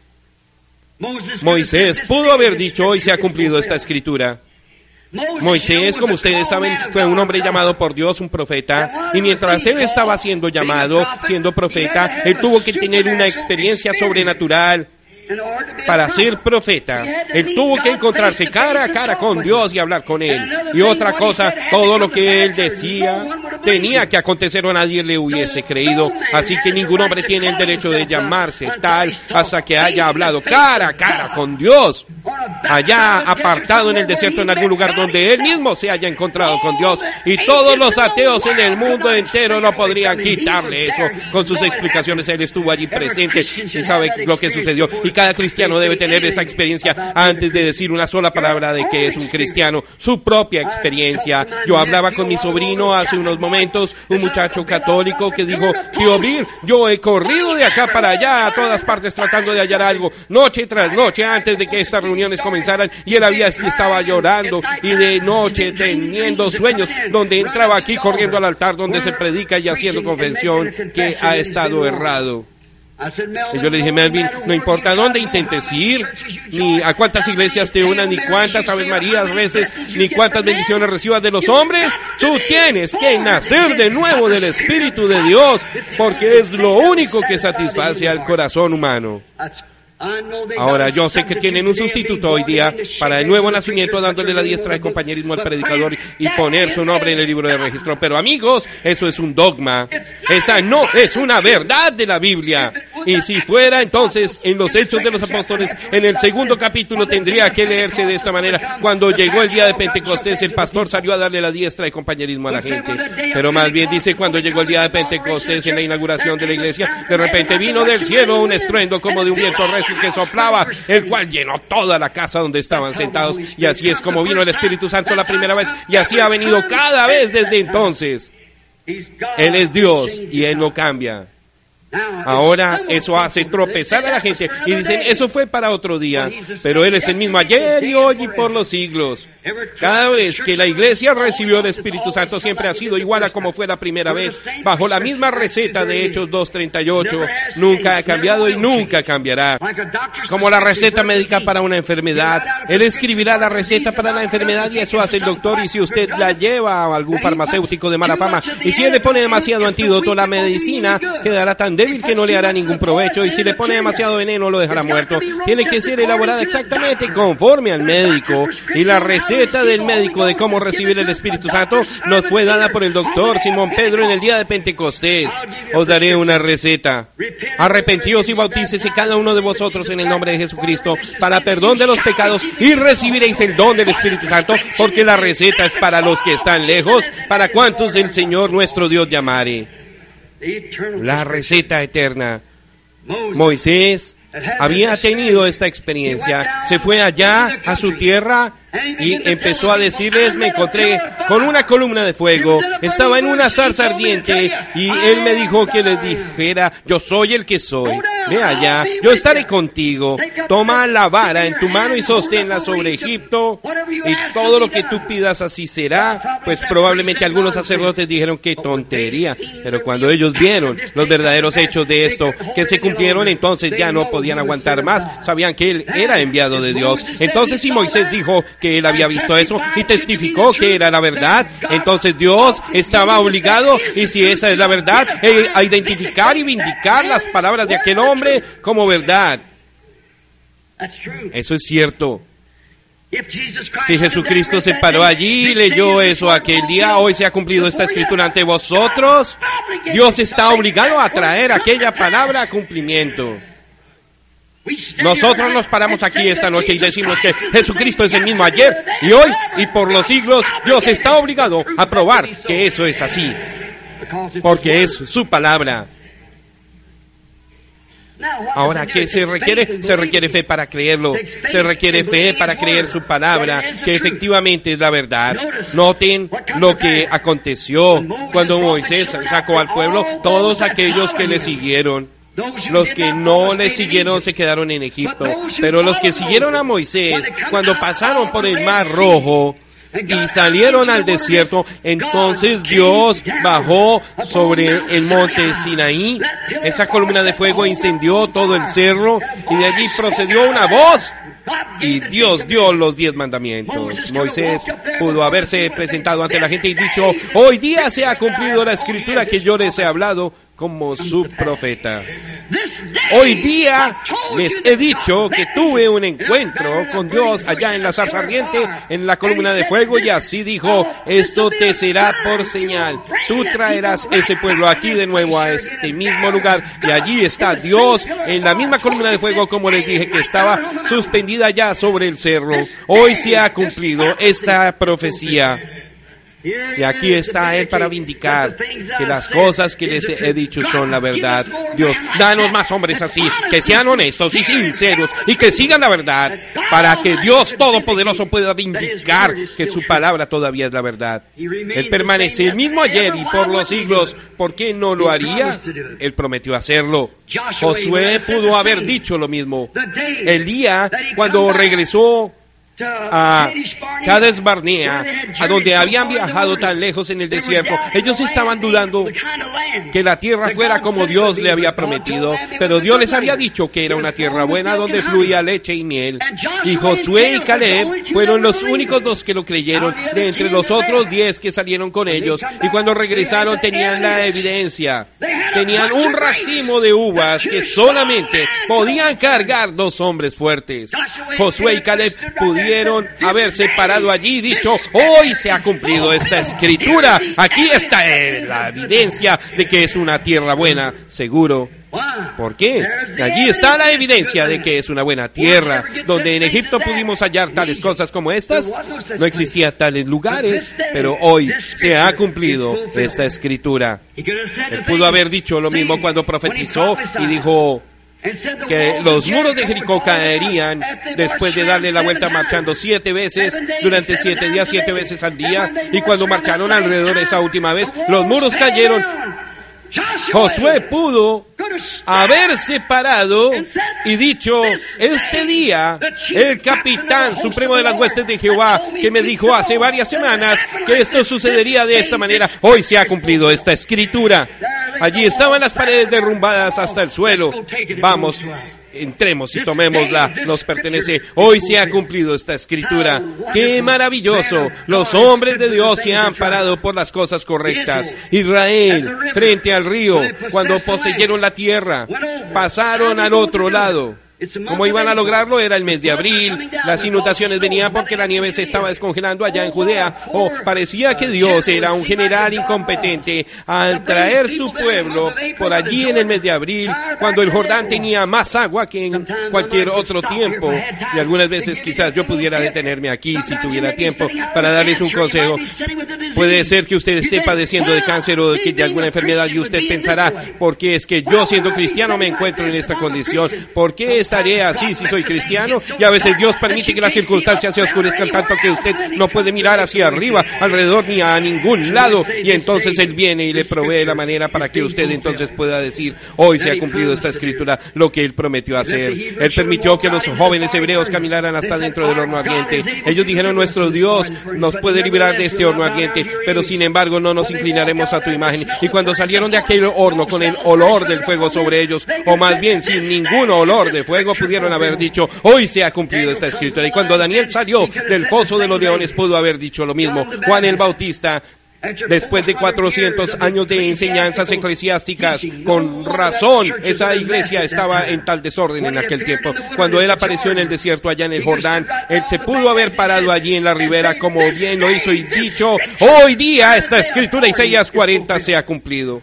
Moisés pudo haber dicho: hoy se ha cumplido esta escritura. Moisés, como ustedes saben, fue un hombre llamado por Dios, un profeta, y mientras él estaba siendo llamado, siendo profeta, él tuvo que tener una experiencia sobrenatural. Para ser profeta, él tuvo que encontrarse cara a cara con Dios y hablar con él. Y otra cosa, todo lo que él decía tenía que acontecer o nadie le hubiese creído. Así que ningún hombre tiene el derecho de llamarse tal hasta que haya hablado cara a cara con Dios, allá apartado en el desierto, en algún lugar donde él mismo se haya encontrado con Dios. Y todos los ateos en el mundo entero no podrían quitarle eso con sus explicaciones. Él estuvo allí presente y sabe lo que sucedió. Y cada cristiano debe tener esa experiencia antes de decir una sola palabra de que es un cristiano, su propia experiencia. Yo hablaba con mi sobrino hace unos momentos, un muchacho católico que dijo: tío Bill, yo he corrido de acá para allá a todas partes tratando de hallar algo, noche tras noche, antes de que estas reuniones comenzaran, y él estaba llorando, y de noche teniendo sueños, donde entraba aquí corriendo al altar donde se predica y haciendo confesión que ha estado errado. Y yo le dije: Melvin, no importa dónde intentes ir, ni a cuántas iglesias te unas, ni cuántas Ave Marías reces, ni cuántas bendiciones recibas de los hombres, tú tienes que nacer de nuevo del Espíritu de Dios, porque es lo único que satisface al corazón humano. Ahora, yo sé que tienen un sustituto hoy día para el nuevo nacimiento, dándole la diestra de compañerismo al predicador y poner su nombre en el libro de registro. Pero amigos, eso es un dogma. Esa no es una verdad de la Biblia. Y si fuera, entonces, en los Hechos de los Apóstoles, en el 2º capítulo, tendría que leerse de esta manera: cuando llegó el día de Pentecostés, el pastor salió a darle la diestra de compañerismo a la gente. Pero más bien dice: cuando llegó el día de Pentecostés, en la inauguración de la iglesia, de repente vino del cielo un estruendo como de un viento recio que soplaba, el cual llenó toda la casa donde estaban sentados. Y así es como vino el Espíritu Santo la primera vez, y así ha venido cada vez desde entonces. Él es Dios y Él no cambia. Ahora eso hace tropezar a la gente y dicen: eso fue para otro día. Pero Él es el mismo ayer y hoy y por los siglos. Cada vez que la iglesia recibió el Espíritu Santo, siempre ha sido igual a como fue la primera vez, bajo la misma receta de Hechos 2:38. Nunca ha cambiado y nunca cambiará. Como la receta médica para una enfermedad, Él escribirá la receta para la enfermedad, y eso hace el doctor. Y si usted la lleva a algún farmacéutico de mala fama, y si él le pone demasiado antídoto, la medicina quedará tan débil que no le hará ningún provecho, y si le pone demasiado veneno, lo dejará muerto. Tiene que ser elaborada exactamente conforme al médico, y la receta del médico de cómo recibir el Espíritu Santo nos fue dada por el doctor Simón Pedro en el día de Pentecostés. Os daré una receta: arrepentíos y bautícese cada uno de vosotros en el nombre de Jesucristo para perdón de los pecados, y recibiréis el don del Espíritu Santo, porque la receta es para los que están lejos, para cuantos el Señor nuestro Dios llamare. La receta eterna. Moisés había tenido esta experiencia. Se fue allá a su tierra y empezó a decirles: me encontré con una columna de fuego, estaba en una zarza ardiente, y él me dijo que les dijera: yo soy el que soy, ve allá, yo estaré contigo, toma la vara en tu mano y sosténla sobre Egipto, y todo lo que tú pidas así será. Pues probablemente algunos sacerdotes dijeron: qué tontería, pero cuando ellos vieron los verdaderos hechos de esto que se cumplieron, entonces ya no podían aguantar más, sabían que él era enviado de Dios. Entonces, si Moisés dijo que él había visto eso y testificó que era la verdad, entonces Dios estaba obligado, y si esa es la verdad, a identificar y vindicar las palabras de aquel hombre como verdad. Eso es cierto. Si Jesucristo se paró allí y leyó eso aquel día, hoy se ha cumplido esta escritura ante vosotros, Dios está obligado a traer aquella palabra a cumplimiento. Nosotros nos paramos aquí esta noche y decimos que Jesucristo es el mismo ayer y hoy y por los siglos. Dios está obligado a probar que eso es así, porque es su palabra. Ahora, ¿qué se requiere? Se requiere fe para creerlo. Se requiere fe para creer su palabra, que efectivamente es la verdad. Noten lo que aconteció cuando Moisés sacó al pueblo. Todos aquellos que le siguieron. Los que no le siguieron se quedaron en Egipto, pero los que siguieron a Moisés, cuando pasaron por el Mar Rojo y salieron al desierto, entonces Dios bajó sobre el monte Sinaí. Esa columna de fuego incendió todo el cerro, y de allí procedió una voz, y Dios dio los 10 mandamientos. Moisés pudo haberse presentado ante la gente y dicho: hoy día se ha cumplido la escritura que yo les he hablado como su profeta. Hoy día les he dicho que tuve un encuentro con Dios allá en la zarza ardiente, en la columna de fuego, y así dijo: esto te será por señal. Tú traerás ese pueblo aquí de nuevo a este mismo lugar, y allí está Dios en la misma columna de fuego, como les dije que estaba suspendida ya sobre el cerro. Hoy se ha cumplido esta profecía. Y aquí está Él para vindicar que las cosas que les he dicho son la verdad. Dios, danos más hombres así, que sean honestos y sinceros y que sigan la verdad, para que Dios Todopoderoso pueda vindicar que su palabra todavía es la verdad. Él permanece el mismo ayer y por los siglos. ¿Por qué no lo haría? Él prometió hacerlo. Josué pudo haber dicho lo mismo. El día cuando regresó a Cades Barnea, a donde habían viajado tan lejos en el desierto, ellos estaban dudando que la tierra fuera como Dios le había prometido, pero Dios les había dicho que era una tierra buena donde fluía leche y miel. Y Josué y Caleb fueron los únicos 2 que lo creyeron de entre los otros 10 que salieron con ellos, y cuando regresaron tenían la evidencia. Tenían un racimo de uvas que solamente podían cargar 2 hombres fuertes. Josué y Caleb pudieron haberse parado allí y dicho: hoy se ha cumplido esta escritura, aquí está la evidencia de que es una tierra buena, seguro. ¿Por qué? Allí está la evidencia de que es una buena tierra. Donde en Egipto pudimos hallar tales cosas como estas, no existían tales lugares, pero hoy se ha cumplido esta escritura. Él pudo haber dicho lo mismo cuando profetizó y dijo que los muros de Jericó caerían después de darle la vuelta marchando 7 veces durante 7 días, 7 veces al día, y cuando marcharon alrededor esa última vez, los muros cayeron. Josué pudo haberse parado y dicho: este día el capitán supremo de las huestes de Jehová, que me dijo hace varias semanas que esto sucedería de esta manera, hoy se ha cumplido esta escritura. Allí estaban las paredes derrumbadas hasta el suelo. Vamos, entremos y tomémosla, nos pertenece. Hoy se ha cumplido esta escritura. ¡Qué maravilloso! Los hombres de Dios se han parado por las cosas correctas. Israel, frente al río, cuando poseyeron la tierra, pasaron al otro lado. ¿Cómo iban a lograrlo? Era el mes de abril, las inundaciones venían porque la nieve se estaba descongelando allá en Judea. Parecía que Dios era un general incompetente al traer su pueblo por allí en el mes de abril, cuando el Jordán tenía más agua que en cualquier otro tiempo. Y algunas veces quizás yo pudiera detenerme aquí si tuviera tiempo para darles un consejo. Puede ser que usted esté padeciendo de cáncer o de alguna enfermedad y usted pensará, ¿por qué es que yo siendo cristiano me encuentro en esta condición? ¿Por qué estaré así si soy cristiano? Y a veces Dios permite que las circunstancias se oscurezcan tanto que usted no puede mirar hacia arriba, alrededor ni a ningún lado, y entonces Él viene y le provee la manera para que usted entonces pueda decir, hoy se ha cumplido esta escritura, lo que Él prometió hacer. Él permitió que los jóvenes hebreos caminaran hasta dentro del horno ardiente. Ellos dijeron, nuestro Dios nos puede liberar de este horno ardiente, pero sin embargo no nos inclinaremos a tu imagen. Y cuando salieron de aquel horno con el olor del fuego sobre ellos, o más bien sin ningún olor de fuego, pudieron haber dicho, hoy se ha cumplido esta escritura. Y cuando Daniel salió del foso de los leones, pudo haber dicho lo mismo. Juan el Bautista, después de 400 años de enseñanzas eclesiásticas, con razón, esa iglesia estaba en tal desorden en aquel tiempo. Cuando él apareció en el desierto allá en el Jordán, él se pudo haber parado allí en la ribera como bien lo hizo y dicho, hoy día esta escritura, Isaías 40, se ha cumplido.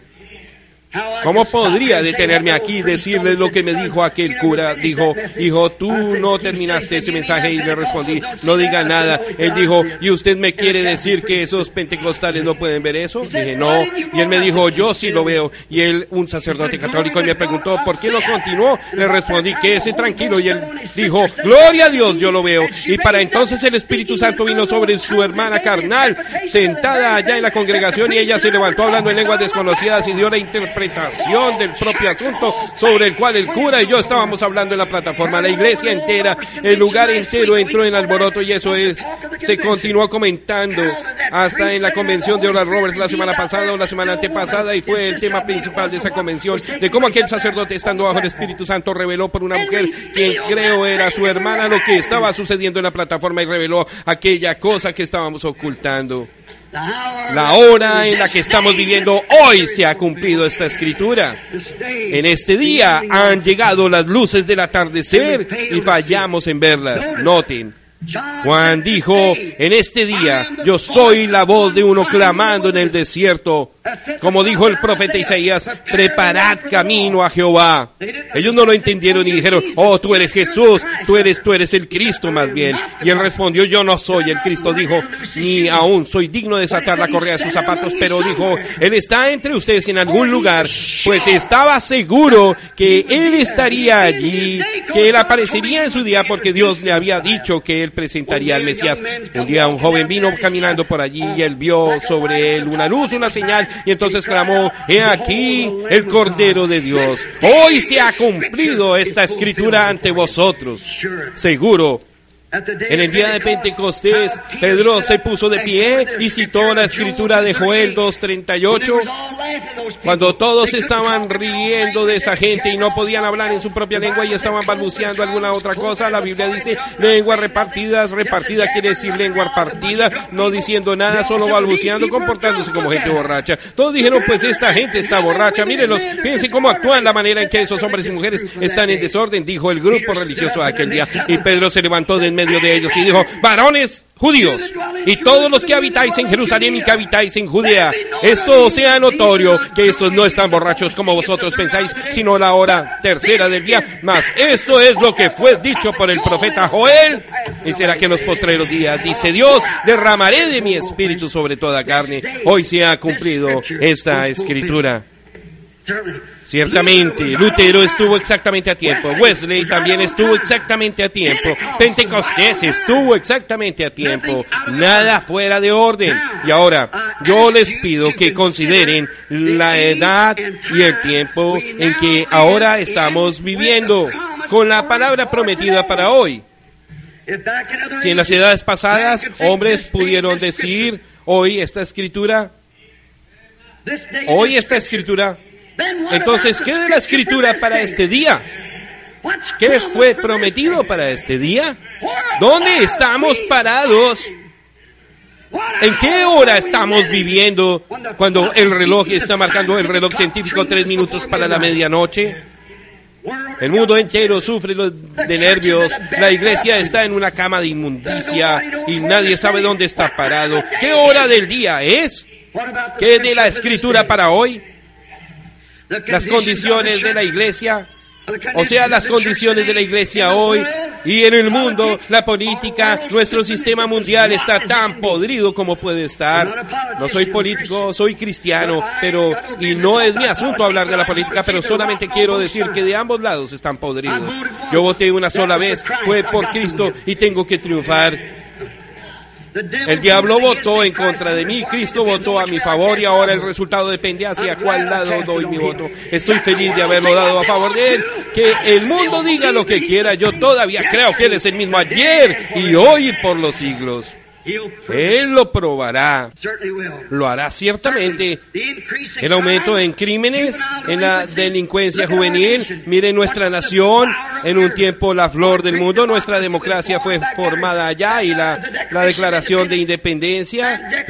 ¿Cómo podría detenerme aquí y decirle lo que me dijo aquel cura? Dijo, hijo, tú no terminaste ese mensaje, y le respondí, no diga nada. Él dijo, ¿y usted me quiere decir que esos pentecostales no pueden ver eso? Dije, no. Y él me dijo, yo sí lo veo. Y él, un sacerdote católico, y me preguntó, ¿por qué no continuó? Le respondí, quédese tranquilo. Y él dijo, gloria a Dios, yo lo veo. Y para entonces el Espíritu Santo vino sobre su hermana carnal, sentada allá en la congregación, y ella se levantó hablando en lenguas desconocidas y dio la interpretación del propio asunto sobre el cual el cura y yo estábamos hablando en la plataforma. La iglesia entera, el lugar entero entró en alboroto, y eso se continuó comentando hasta en la convención de Oral Roberts la semana pasada o la semana antepasada, y fue el tema principal de esa convención, de cómo aquel sacerdote, estando bajo el Espíritu Santo, reveló por una mujer, quien creo era su hermana, lo que estaba sucediendo en la plataforma, y reveló aquella cosa que estábamos ocultando. La hora en la que estamos viviendo, hoy se ha cumplido esta escritura. En este día han llegado las luces del atardecer y fallamos en verlas. Noten, Juan dijo, en este día yo soy la voz de uno clamando en el desierto. Como dijo el profeta Isaías, preparad camino a Jehová. Ellos no lo entendieron y dijeron, oh, tú eres Jesús, tú eres el Cristo más bien. Y él respondió, yo no soy el Cristo. Dijo, ni aún soy digno de desatar la correa de sus zapatos, pero dijo, Él está entre ustedes en algún lugar, pues estaba seguro que Él estaría allí, que Él aparecería en su día, porque Dios le había dicho que Él presentaría al Mesías. Un día un joven vino caminando por allí y él vio sobre él una luz, una señal, y entonces clamó, he aquí el Cordero de Dios. Hoy se ha cumplido esta escritura ante vosotros. Seguro. En el día de Pentecostés, Pedro se puso de pie y citó la escritura de Joel 2:38, cuando todos estaban riendo de esa gente y no podían hablar en su propia lengua y estaban balbuceando alguna otra cosa. La Biblia dice, lenguas repartidas, repartida quiere decir lengua partida, no diciendo nada, solo balbuceando, comportándose como gente borracha. Todos dijeron, pues esta gente está borracha, mírenlos, fíjense cómo actúan, la manera en que esos hombres y mujeres están en desorden, dijo el grupo religioso de aquel día. Y Pedro se levantó de en medio de ellos y dijo, varones judíos, y todos los que habitáis en Jerusalén y que habitáis en Judea, esto sea notorio, que estos no están borrachos como vosotros pensáis, sino la hora tercera del día, mas esto es lo que fue dicho por el profeta Joel, y será que en los postreros días, dice Dios, derramaré de mi espíritu sobre toda carne. Hoy se ha cumplido esta escritura. Ciertamente, Lutero estuvo exactamente a tiempo, Wesley también estuvo exactamente a tiempo, Pentecostés estuvo exactamente a tiempo, nada fuera de orden. Y ahora, yo les pido que consideren la edad y el tiempo en que ahora estamos viviendo, con la palabra prometida para hoy. Si en las edades pasadas hombres pudieron decir, hoy esta escritura, entonces, ¿qué de la escritura para este día? ¿Qué fue prometido para este día? ¿Dónde estamos parados? ¿En qué hora estamos viviendo cuando el reloj está marcando, el reloj científico, 3 minutos para la medianoche? El mundo entero sufre de nervios. La iglesia está en una cama de inmundicia y nadie sabe dónde está parado. ¿Qué hora del día es? ¿Qué es de la escritura para hoy? Las condiciones de la iglesia, o sea, las condiciones de la iglesia hoy y en el mundo, la política, nuestro sistema mundial está tan podrido como puede estar. No soy político, soy cristiano, y no es mi asunto hablar de la política, pero solamente quiero decir que de ambos lados están podridos. Yo voté una sola vez, fue por Cristo y tengo que triunfar. El diablo votó en contra de mí, Cristo votó a mi favor y ahora el resultado depende hacia cuál lado doy mi voto. Estoy feliz de haberlo dado a favor de Él. Que el mundo diga lo que quiera, yo todavía creo que Él es el mismo ayer y hoy y por los siglos. Él lo probará, lo hará ciertamente. El aumento en crímenes, en la delincuencia juvenil. Miren nuestra nación, en un tiempo la flor del mundo, nuestra democracia fue formada allá y la declaración de independencia,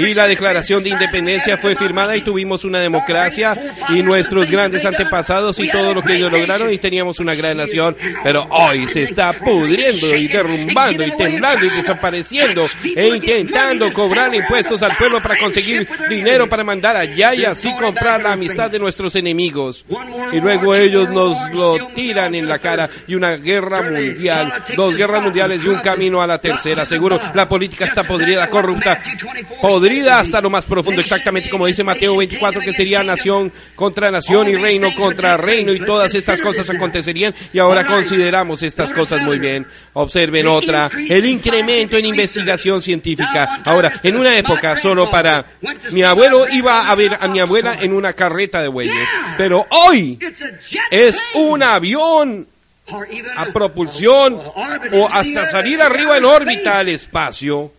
fue firmada y tuvimos una democracia y nuestros grandes antepasados y todo lo que ellos lograron y teníamos una gran nación, pero hoy se está pudriendo y derrumbando y temblando y desapareciendo e intentando cobrar impuestos al pueblo para conseguir dinero para mandar allá y así comprar la amistad de nuestros enemigos. Y luego ellos nos lo tiran en la cara y una guerra mundial, 2 guerras mundiales y un camino a la tercera. Seguro, la política está podrida, corrupta, podrida hasta lo más profundo, exactamente como dice Mateo 24, que sería nación contra nación y reino contra reino y todas estas cosas acontecerían y ahora consideramos estas cosas muy bien. Observen otra, el incremento en investigación científica. Ahora, en una época solo para... Mi abuelo iba a ver a mi abuela en una carreta de bueyes, pero hoy es un avión a propulsión o hasta salir arriba en órbita al espacio.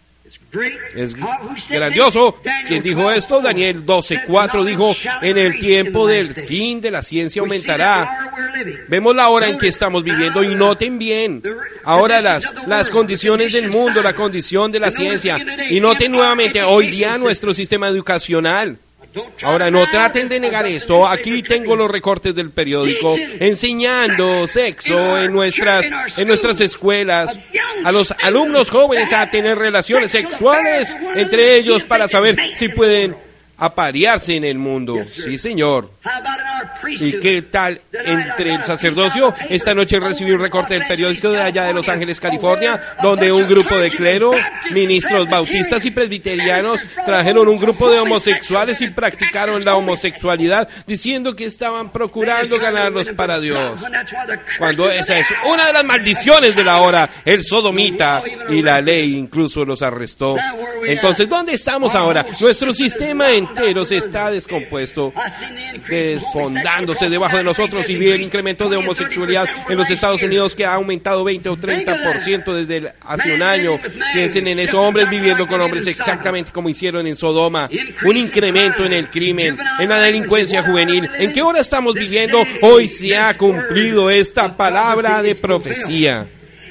Es grandioso. ¿Quién dijo esto? Daniel 12:4 dijo, en el tiempo del fin de la ciencia aumentará. Vemos la hora en que estamos viviendo y noten bien ahora las condiciones del mundo, la condición de la ciencia y noten nuevamente hoy día nuestro sistema educacional. Ahora, no traten de negar esto. Aquí tengo los recortes del periódico enseñando sexo en nuestras escuelas a los alumnos jóvenes a tener relaciones sexuales entre ellos para saber si pueden aparearse en el mundo. Sí, señor. ¿Y qué tal entre el sacerdocio? Esta noche recibí un recorte del periódico de allá de Los Ángeles, California, donde un grupo de clero, ministros bautistas y presbiterianos trajeron un grupo de homosexuales y practicaron la homosexualidad, diciendo que estaban procurando ganarlos para Dios. Cuando esa es una de las maldiciones de la hora, el sodomita, y la ley incluso los arrestó. Entonces, ¿dónde estamos ahora? Nuestro sistema entero se está descompuesto, desfondándose debajo de nosotros y vi el incremento de homosexualidad en los Estados Unidos que ha aumentado 20 o 30% desde hace un año. Piensen en eso, hombres viviendo con hombres exactamente como hicieron en Sodoma. Un incremento en el crimen, en la delincuencia juvenil. ¿En qué hora estamos viviendo? Hoy se ha cumplido esta palabra de profecía.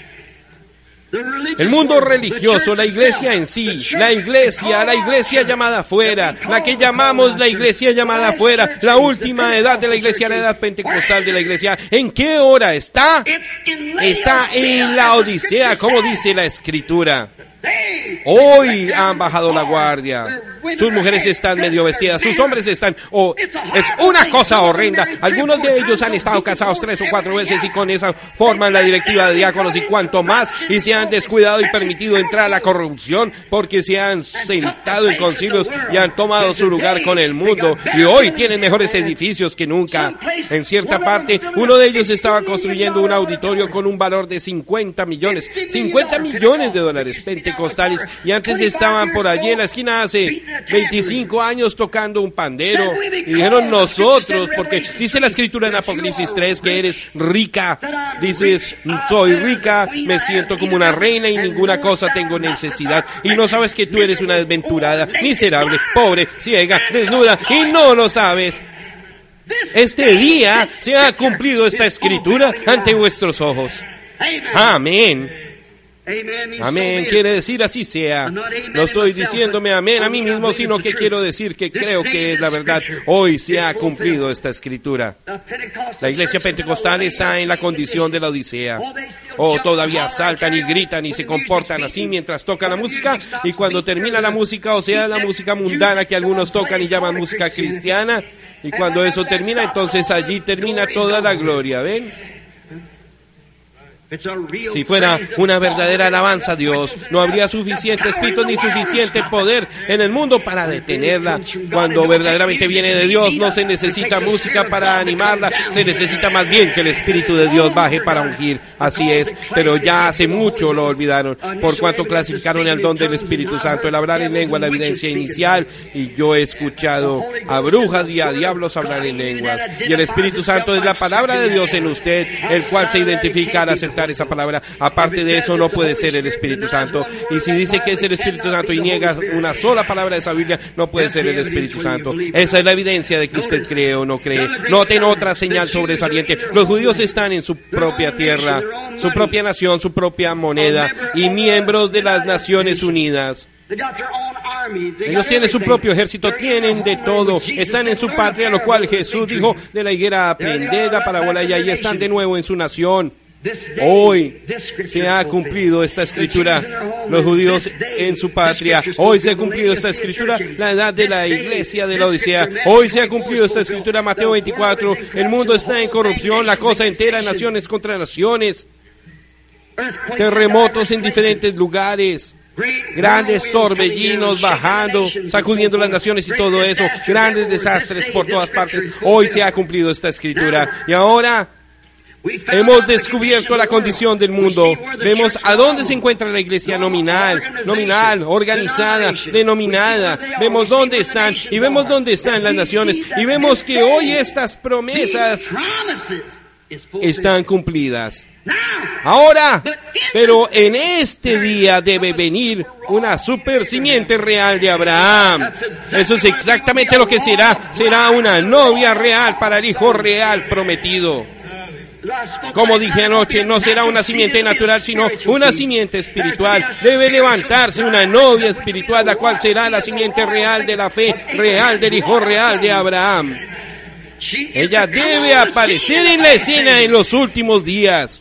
El mundo religioso, la iglesia en sí, la iglesia llamada afuera, la que llamamos la iglesia llamada afuera, la última edad de la iglesia, la edad pentecostal de la iglesia. ¿En qué hora está? Está en la Odisea, como dice la Escritura. Hoy han bajado la guardia. Sus mujeres están medio vestidas, sus hombres están... es una cosa horrenda. Algunos de ellos han estado casados 3 o 4 veces y con esa forman la directiva de diáconos y cuanto más, y se han descuidado y permitido entrar a la corrupción porque se han sentado en concilios y han tomado su lugar con el mundo y hoy tienen mejores edificios que nunca. En cierta parte, uno de ellos estaba construyendo un auditorio con un valor de $50 millones de dólares pentecostales y antes estaban por allí en la esquina hace 25 años tocando un pandero y dijeron nosotros, porque dice la Escritura en Apocalipsis 3 que eres rica, dices soy rica, me siento como una reina y ninguna cosa tengo necesidad y no sabes que tú eres una desventurada, miserable, pobre, ciega, desnuda y no lo sabes. Este día se ha cumplido esta Escritura ante vuestros ojos. Amén. Amén quiere decir así sea. No estoy diciéndome amén a mí mismo, sino que quiero decir que creo que es la verdad. Hoy se ha cumplido esta escritura. La iglesia pentecostal está en la condición de la Odisea. Todavía saltan y gritan y se comportan así mientras tocan la música, y cuando termina la música, o sea, la música mundana que algunos tocan y llaman música cristiana, y cuando eso termina, entonces allí termina toda la gloria, ¿ven? Si fuera una verdadera alabanza a Dios, no habría suficiente espíritu ni suficiente poder en el mundo para detenerla. Cuando verdaderamente viene de Dios, no se necesita música para animarla, se necesita más bien que el Espíritu de Dios baje para ungir. Así es, pero ya hace mucho lo olvidaron, por cuanto clasificaron el don del Espíritu Santo, el hablar en lengua, la evidencia inicial, y yo he escuchado a brujas y a diablos hablar en lenguas, y el Espíritu Santo es la palabra de Dios en usted, el cual se identifica al aceptar esa palabra. Aparte de eso, no puede ser el Espíritu Santo. Y si dice que es el Espíritu Santo y niega una sola palabra de esa Biblia, no puede ser el Espíritu Santo. Esa es la evidencia de que usted cree o no cree. Noten otra señal sobresaliente. Los judíos están en su propia tierra, su propia nación, su propia moneda, y miembros de las Naciones Unidas. Ellos tienen su propio ejército, tienen de todo, están en su patria, lo cual Jesús dijo: de la higuera aprended la parábola, y ahí están de nuevo en su nación. Hoy se ha cumplido esta escritura, los judíos en su patria. Hoy se ha cumplido esta escritura, la edad de la iglesia de la Odisea. Hoy se ha cumplido esta escritura, Mateo 24. El mundo está en corrupción, la cosa entera, naciones contra naciones, terremotos en diferentes lugares, grandes torbellinos bajando, sacudiendo las naciones y todo eso, grandes desastres por todas partes. Hoy se ha cumplido esta escritura. Y ahora hemos descubierto la condición del mundo. Vemos a dónde se encuentra la iglesia nominal, organizada, denominada. Vemos dónde están y vemos dónde están las naciones. Y vemos que hoy estas promesas están cumplidas. Ahora, pero en este día debe venir una super simiente real de Abraham. Eso es exactamente lo que será. Será una novia real para el hijo real prometido. Como dije anoche, no será una simiente natural, sino una simiente espiritual. Debe levantarse una novia espiritual, la cual será la simiente real de la fe real del hijo real de Abraham. Ella debe aparecer en la escena en los últimos días.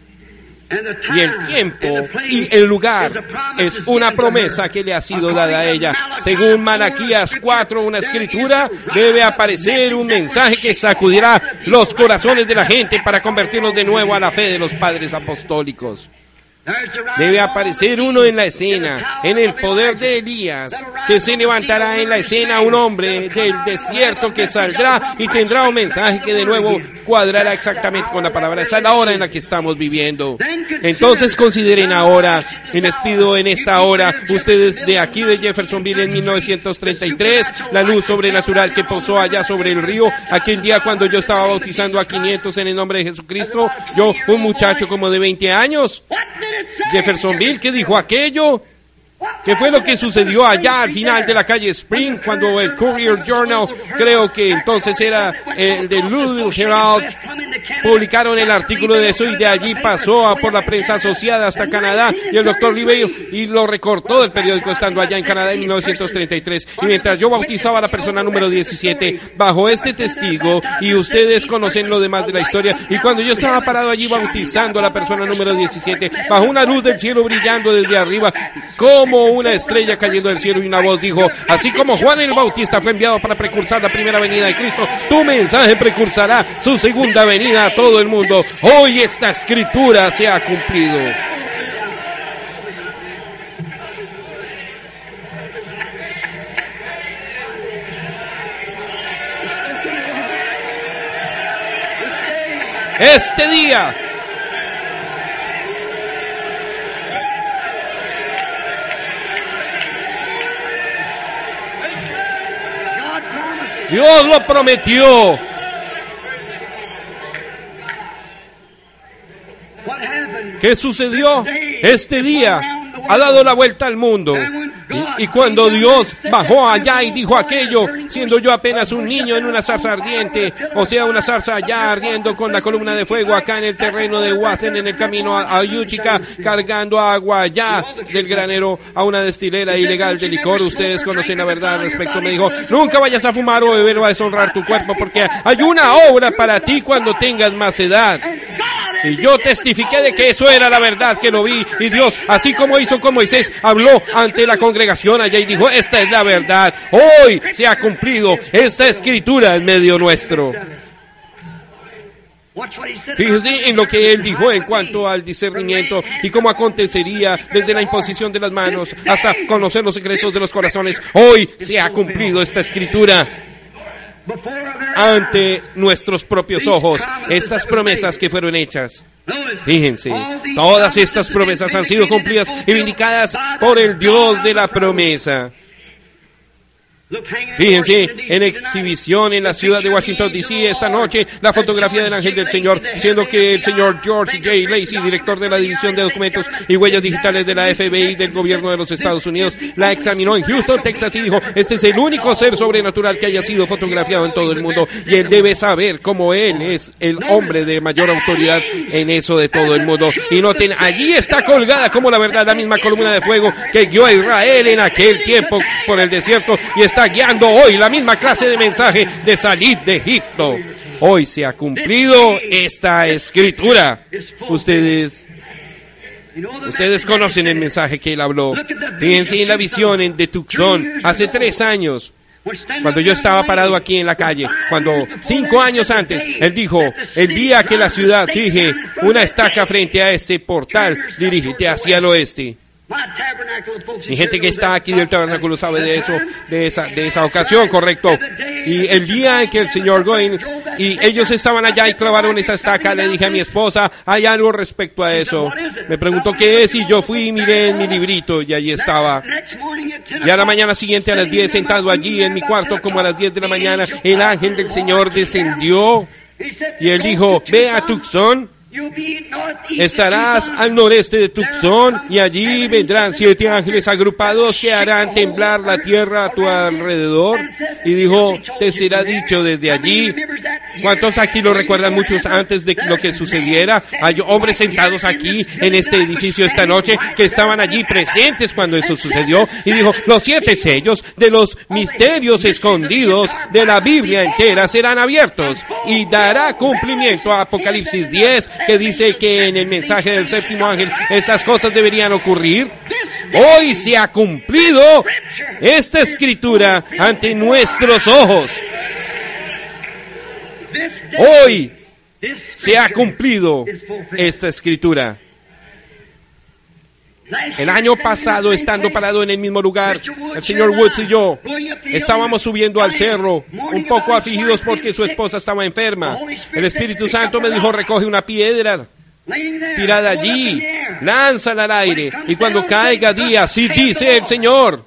Y el tiempo y el lugar es una promesa que le ha sido dada a ella. Según Malaquías 4, una escritura, debe aparecer un mensaje que sacudirá los corazones de la gente para convertirlos de nuevo a la fe de los padres apostólicos. Debe aparecer uno en la escena, en el poder de Elías, que se levantará en la escena un hombre del desierto que saldrá y tendrá un mensaje que de nuevo cuadrará exactamente con la palabra. Esa es la hora en la que estamos viviendo. Entonces consideren ahora, y les pido en esta hora, ustedes de aquí de Jeffersonville en 1933, la luz sobrenatural que posó allá sobre el río, aquel día cuando yo estaba bautizando a 500 en el nombre de Jesucristo, yo, un muchacho como de 20 años, Jeffersonville, ¿qué dijo aquello? ¿Qué fue lo que sucedió allá al final de la calle Spring cuando el Courier Journal, creo que entonces era el de Louisville Herald, publicaron el artículo de eso, y de allí pasó por la prensa asociada hasta Canadá, y el doctor Livell y lo recortó del periódico estando allá en Canadá en 1933, y mientras yo bautizaba a la persona número 17 bajo este testigo, y ustedes conocen lo demás de la historia, y cuando yo estaba parado allí bautizando a la persona número 17 bajo una luz del cielo brillando desde arriba como una estrella cayendo del cielo, y una voz dijo: así como Juan el Bautista fue enviado para precursar la primera venida de Cristo, tu mensaje precursará su segunda venida a todo el mundo. Hoy esta escritura se ha cumplido. Este día Dios lo prometió. ¿Qué sucedió? Este día ha dado la vuelta al mundo. Y cuando Dios bajó allá y dijo aquello, siendo yo apenas un niño en una zarza ardiente, o sea, una zarza allá ardiendo con la columna de fuego acá en el terreno de Wathen, en el camino a Utica, cargando agua allá del granero a una destilera ilegal de licor. Ustedes conocen la verdad al respecto. Me dijo, nunca vayas a fumar o beber o a deshonrar tu cuerpo, porque hay una obra para ti cuando tengas más edad. Y yo testifiqué de que eso era la verdad, que lo vi. Y Dios, así como hizo con Moisés, habló ante la congregación allá y dijo, esta es la verdad. Hoy se ha cumplido esta escritura en medio nuestro. Fíjese en lo que él dijo en cuanto al discernimiento y cómo acontecería desde la imposición de las manos hasta conocer los secretos de los corazones. Hoy se ha cumplido esta escritura ante nuestros propios ojos, estas promesas que fueron hechas. Fíjense, todas estas promesas han sido cumplidas y vindicadas por el Dios de la promesa. Fíjense, en exhibición en la ciudad de Washington, D.C. esta noche, la fotografía del ángel del Señor, siendo que el señor George J. Lacey, director de la División de Documentos y Huellas Digitales de la FBI del gobierno de los Estados Unidos, la examinó en Houston, Texas, y dijo, este es el único ser sobrenatural que haya sido fotografiado en todo el mundo, y él debe saber cómo él es el hombre de mayor autoridad en eso de todo el mundo. Y noten, allí está colgada como la verdad la misma columna de fuego que guió a Israel en aquel tiempo por el desierto, y está guiando hoy la misma clase de mensaje de salir de Egipto. Hoy se ha cumplido esta escritura. Ustedes conocen el mensaje que él habló. Fíjense en la visión de Tucson hace 3 años. Cuando yo estaba parado aquí en la calle, cuando 5 años antes, él dijo, el día que la ciudad fije una estaca frente a este portal, dirígete hacia el oeste. Mi gente que está aquí del tabernáculo sabe de eso, de esa ocasión, correcto. Y el día en que el señor Goins y ellos estaban allá y clavaron esa estaca, le dije a mi esposa, hay algo respecto a eso. Me preguntó qué es y yo fui y miré en mi librito y allí estaba. Y a la mañana siguiente a las 10, sentado allí en mi cuarto como a las 10 de la mañana, el ángel del Señor descendió y él dijo, ve a Tucson. Estarás al noreste de Tucson y allí vendrán 7 ángeles agrupados que harán temblar la tierra a tu alrededor. Y dijo, te será dicho desde allí. ¿Cuántos aquí lo recuerdan muchos antes de lo que sucediera? Hay hombres sentados aquí en este edificio esta noche que estaban allí presentes cuando eso sucedió. Y dijo, los 7 sellos de los misterios escondidos de la Biblia entera serán abiertos y dará cumplimiento a Apocalipsis 10, que dice que en el mensaje del 7º ángel estas cosas deberían ocurrir. Hoy se ha cumplido esta escritura ante nuestros ojos. Hoy se ha cumplido esta escritura. El año pasado, estando parado en el mismo lugar, el señor Woods y yo estábamos subiendo al cerro, un poco afligidos porque su esposa estaba enferma. El Espíritu Santo me dijo, recoge una piedra tirada allí, lánzala al aire, y cuando caiga día, así dice el Señor,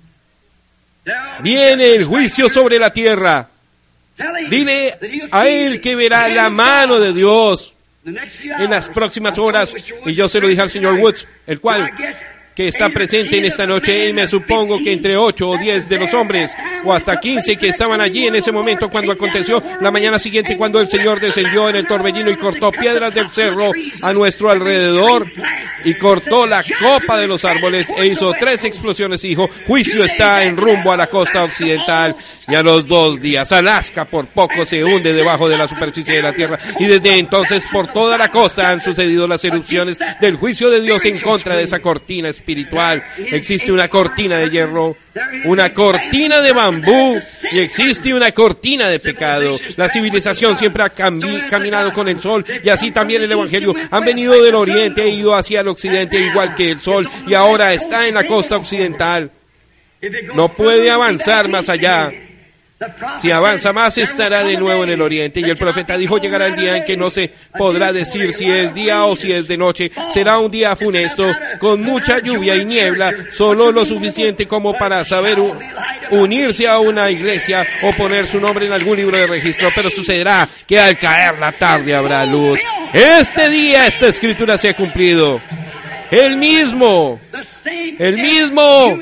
viene el juicio sobre la tierra. Dile a él que verá la mano de Dios en las próximas horas. Y yo se lo dije al señor Woods, el cual que está presente en esta noche, y me supongo que entre 8 o 10 de los hombres, o hasta 15 que estaban allí en ese momento cuando aconteció, la mañana siguiente cuando el Señor descendió en el torbellino y cortó piedras del cerro a nuestro alrededor, y cortó la copa de los árboles, e hizo 3 explosiones, y dijo, juicio está en rumbo a la costa occidental. Y a los 2 días, Alaska por poco se hunde debajo de la superficie de la tierra, y desde entonces por toda la costa han sucedido las erupciones del juicio de Dios en contra de esa cortina espiritual. Existe una cortina de hierro, una cortina de bambú, y existe una cortina de pecado. La civilización siempre ha caminado con el sol, y así también el evangelio. Han venido del oriente, ha ido hacia el occidente igual que el sol, y ahora está en la costa occidental. No puede avanzar más allá. Si avanza más, estará de nuevo en el oriente. Y el profeta dijo, llegará el día en que no se podrá decir si es día o si es de noche. Será un día funesto, con mucha lluvia y niebla, solo lo suficiente como para saber unirse a una iglesia o poner su nombre en algún libro de registro. Pero sucederá que al caer la tarde habrá luz. Este día esta escritura se ha cumplido. El mismo El mismo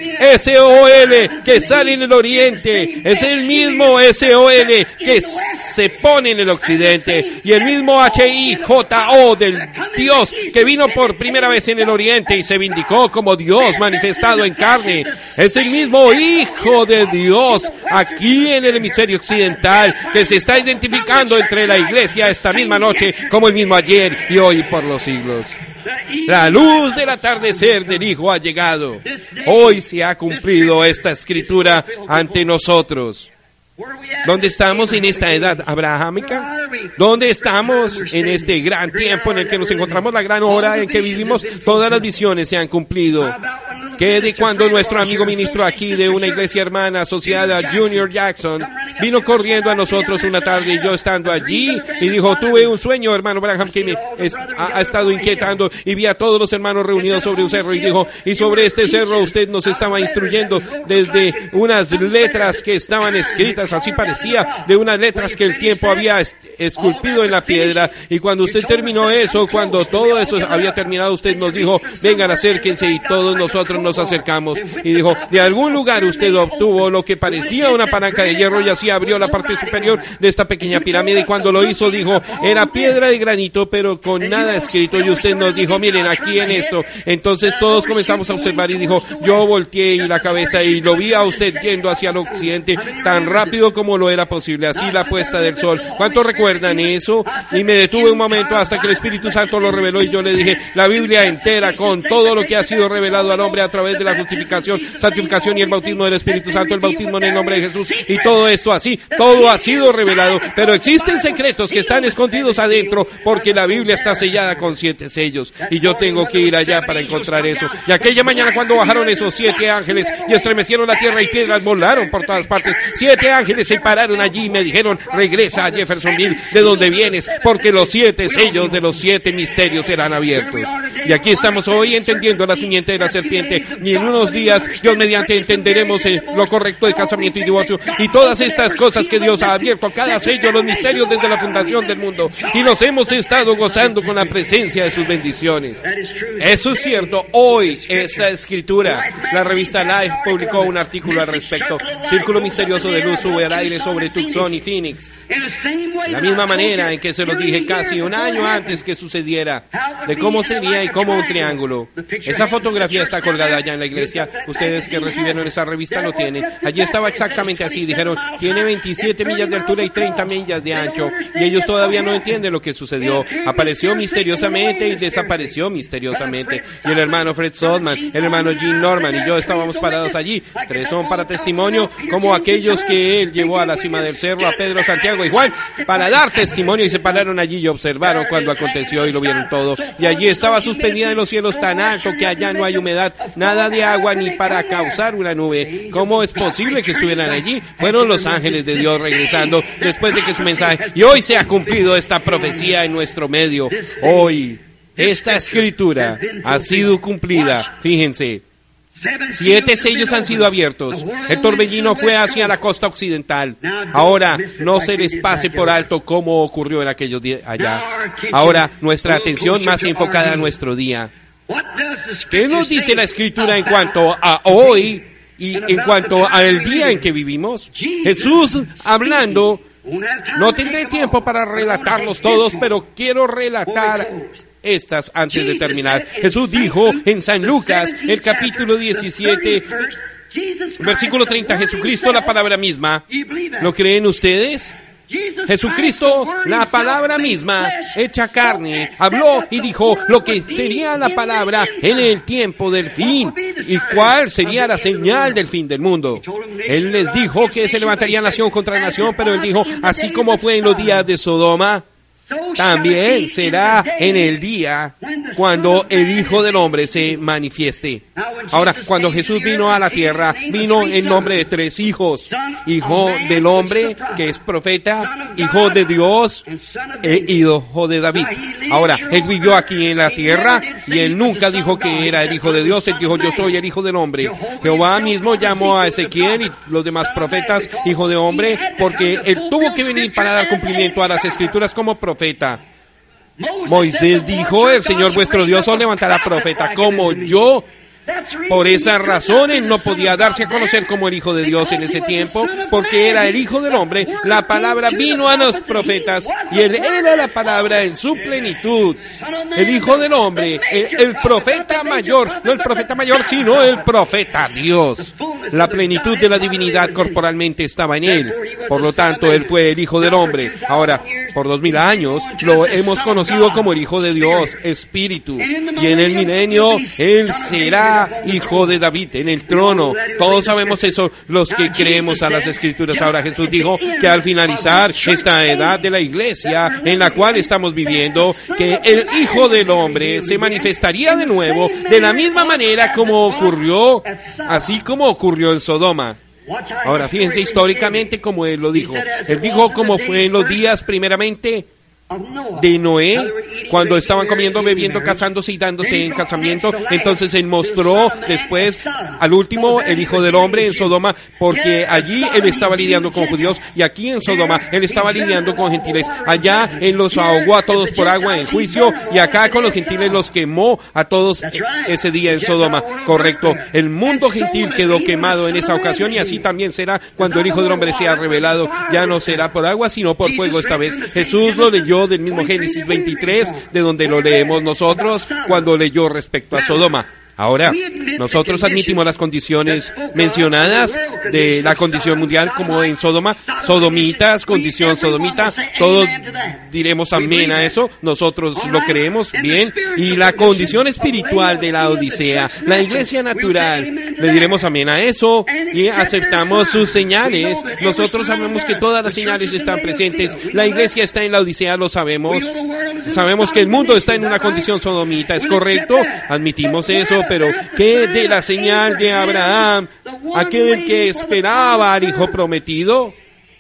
SOL que sale en el oriente es el mismo SOL que se pone en el occidente, y el mismo HIJO del Dios que vino por primera vez en el oriente y se vindicó como Dios manifestado en carne, es el mismo Hijo de Dios aquí en el hemisferio occidental que se está identificando entre la iglesia esta misma noche como el mismo ayer y hoy por los siglos. La luz del atardecer del Hijo ha llegado. Hoy se ha cumplido esta escritura ante nosotros. ¿Dónde estamos en esta edad abrahámica? ¿Dónde estamos en este gran tiempo en el que nos encontramos, la gran hora en que vivimos? Todas las visiones se han cumplido. ¿Qué de cuando nuestro amigo ministro aquí de una iglesia hermana asociada, Junior Jackson, vino corriendo a nosotros una tarde y yo estando allí y dijo, tuve un sueño, hermano Branham, que me ha estado inquietando, y vi a todos los hermanos reunidos sobre un cerro y dijo, y sobre este cerro usted nos estaba instruyendo desde unas letras que estaban escritas, así parecía, de unas letras que el tiempo había esculpido en la piedra, y cuando usted terminó eso, cuando todo eso había terminado, usted nos dijo, vengan, acérquense, y todos nosotros nos acercamos, y dijo, de algún lugar usted obtuvo lo que parecía una palanca de hierro, y así abrió la parte superior de esta pequeña pirámide, y cuando lo hizo, dijo, era piedra de granito, pero con nada escrito, y usted nos dijo, miren, aquí en esto. Entonces todos comenzamos a observar, y dijo, yo volteé la cabeza y lo vi a usted yendo hacia el occidente, tan rápido como lo era posible, así la puesta del sol. ¿Cuántos recuerdan eso? Y me detuve un momento hasta que el Espíritu Santo lo reveló, y yo le dije, la Biblia entera, con todo lo que ha sido revelado al hombre a través de la justificación, santificación y el bautismo del Espíritu Santo, el bautismo en el nombre de Jesús, y todo esto así, todo ha sido revelado, pero existen secretos que están escondidos adentro, porque la Biblia está sellada con 7 sellos, y yo tengo que ir allá para encontrar eso. Y aquella mañana cuando bajaron esos 7 ángeles y estremecieron la tierra y piedras volaron por todas partes, 7 ángeles se pararon allí y me dijeron, regresa a Jeffersonville, de donde vienes, porque los 7 sellos de los 7 misterios serán abiertos. Y aquí estamos hoy entendiendo la simiente de la serpiente, y en unos días, Dios mediante, entenderemos lo correcto de casamiento y divorcio, y todas estas cosas que Dios ha abierto, cada sello, los misterios desde la fundación del mundo, y nos hemos estado gozando con la presencia de sus bendiciones. Eso es cierto. Hoy esta escritura, la revista Life publicó un artículo al respecto. Círculo misterioso de luz sube al aire sobre Tucson y Phoenix. De la misma manera en que se lo dije casi un año antes que sucediera, de cómo sería y cómo un triángulo. Esa fotografía está colgada allá en la iglesia. Ustedes que recibieron esa revista lo tienen. Allí estaba exactamente así. Dijeron, tiene 27 millas de altura y 30 millas de ancho. Y ellos todavía no entienden lo que sucedió. Apareció misteriosamente y desapareció misteriosamente. Y el hermano Fred Sodman, el hermano Jim Norman y yo estábamos parados allí. 3 son para testimonio, como aquellos que él llevó a la cima del cerro, a Pedro, Santiago y Juan, para dar testimonio, y se pararon allí y observaron cuando aconteció y lo vieron todo. Y allí estaba suspendida en los cielos tan alto que allá no hay humedad, nada de agua ni para causar una nube. ¿Cómo es posible que estuvieran allí? Fueron los ángeles de Dios regresando después de que su mensaje, y hoy se ha cumplido esta profecía en nuestro medio. Hoy esta escritura ha sido cumplida. Fíjense, 7 sellos han sido abiertos. El torbellino fue hacia la costa occidental. Ahora no se les pase por alto cómo ocurrió en aquellos días allá. Ahora nuestra atención más enfocada a nuestro día. ¿Qué nos dice la escritura en cuanto a hoy y en cuanto al día en que vivimos? Jesús hablando. No tendré tiempo para relatarlos todos, pero quiero relatar estas antes de terminar. Jesús dijo en San Lucas, el capítulo 17, versículo 30, Jesucristo, la palabra misma. ¿Lo creen ustedes? Jesucristo, la palabra misma, hecha carne, habló y dijo lo que sería la palabra en el tiempo del fin. ¿Y cuál sería la señal del fin del mundo? Él les dijo que se levantaría nación contra nación, pero él dijo, así como fue en los días de Sodoma, también será en el día cuando el Hijo del Hombre se manifieste. Ahora, cuando Jesús vino a la tierra, vino en nombre de 3 hijos. Hijo del hombre, que es profeta, hijo de Dios e hijo de David. Ahora, él vivió aquí en la tierra y él nunca dijo que era el Hijo de Dios. Él dijo, yo soy el Hijo del Hombre. Jehová mismo llamó a Ezequiel y los demás profetas hijo de hombre, porque él tuvo que venir para dar cumplimiento a las escrituras como profeta. Moisés dijo, el Señor vuestro Dios os levantará profeta como yo Por esas razones no podía darse a conocer como el Hijo de Dios en ese tiempo, porque era el Hijo del Hombre. La palabra vino a los profetas y Él era la palabra en su plenitud. El Hijo del Hombre, el profeta mayor, no el profeta mayor, sino el profeta Dios. La plenitud de la divinidad corporalmente estaba en Él. Por lo tanto, Él fue el Hijo del Hombre. Ahora, por 2000 años, lo hemos conocido como el Hijo de Dios, Espíritu. Y en el milenio, Él será Hijo de David en el trono. Todos sabemos eso, los que creemos a las Escrituras. Ahora Jesús dijo que al finalizar esta edad de la iglesia en la cual estamos viviendo, que el Hijo del Hombre se manifestaría de nuevo de la misma manera como ocurrió, así como ocurrió en Sodoma. Ahora fíjense históricamente como Él lo dijo. Él dijo como fue en los días primeramente de Noé, cuando estaban comiendo, bebiendo, casándose y dándose en casamiento. Entonces Él mostró después al último el Hijo del Hombre en Sodoma, porque allí Él estaba lidiando con judíos y aquí en Sodoma Él estaba lidiando con gentiles. Allá Él los ahogó a todos por agua en juicio y acá con los gentiles los quemó a todos ese día en Sodoma. Correcto, el mundo gentil quedó quemado en esa ocasión y así también será cuando el Hijo del Hombre sea revelado. Ya no será por agua sino por fuego esta vez. Jesús lo leyó del mismo Génesis 23, de donde lo leemos nosotros, cuando leyó respecto a Sodoma. Ahora, nosotros admitimos las condiciones mencionadas de la condición mundial como en Sodoma, sodomitas, condición sodomita, todos diremos amén a eso, nosotros lo creemos, bien, y la condición espiritual de la Odisea, la iglesia natural, le diremos amén a eso y aceptamos sus señales. Nosotros sabemos que todas las señales están presentes, la iglesia está en la Odisea, lo sabemos, sabemos que el mundo está en una condición sodomita, ¿es correcto? Admitimos eso. Pero ¿qué de la señal de Abraham, aquel que esperaba al hijo prometido?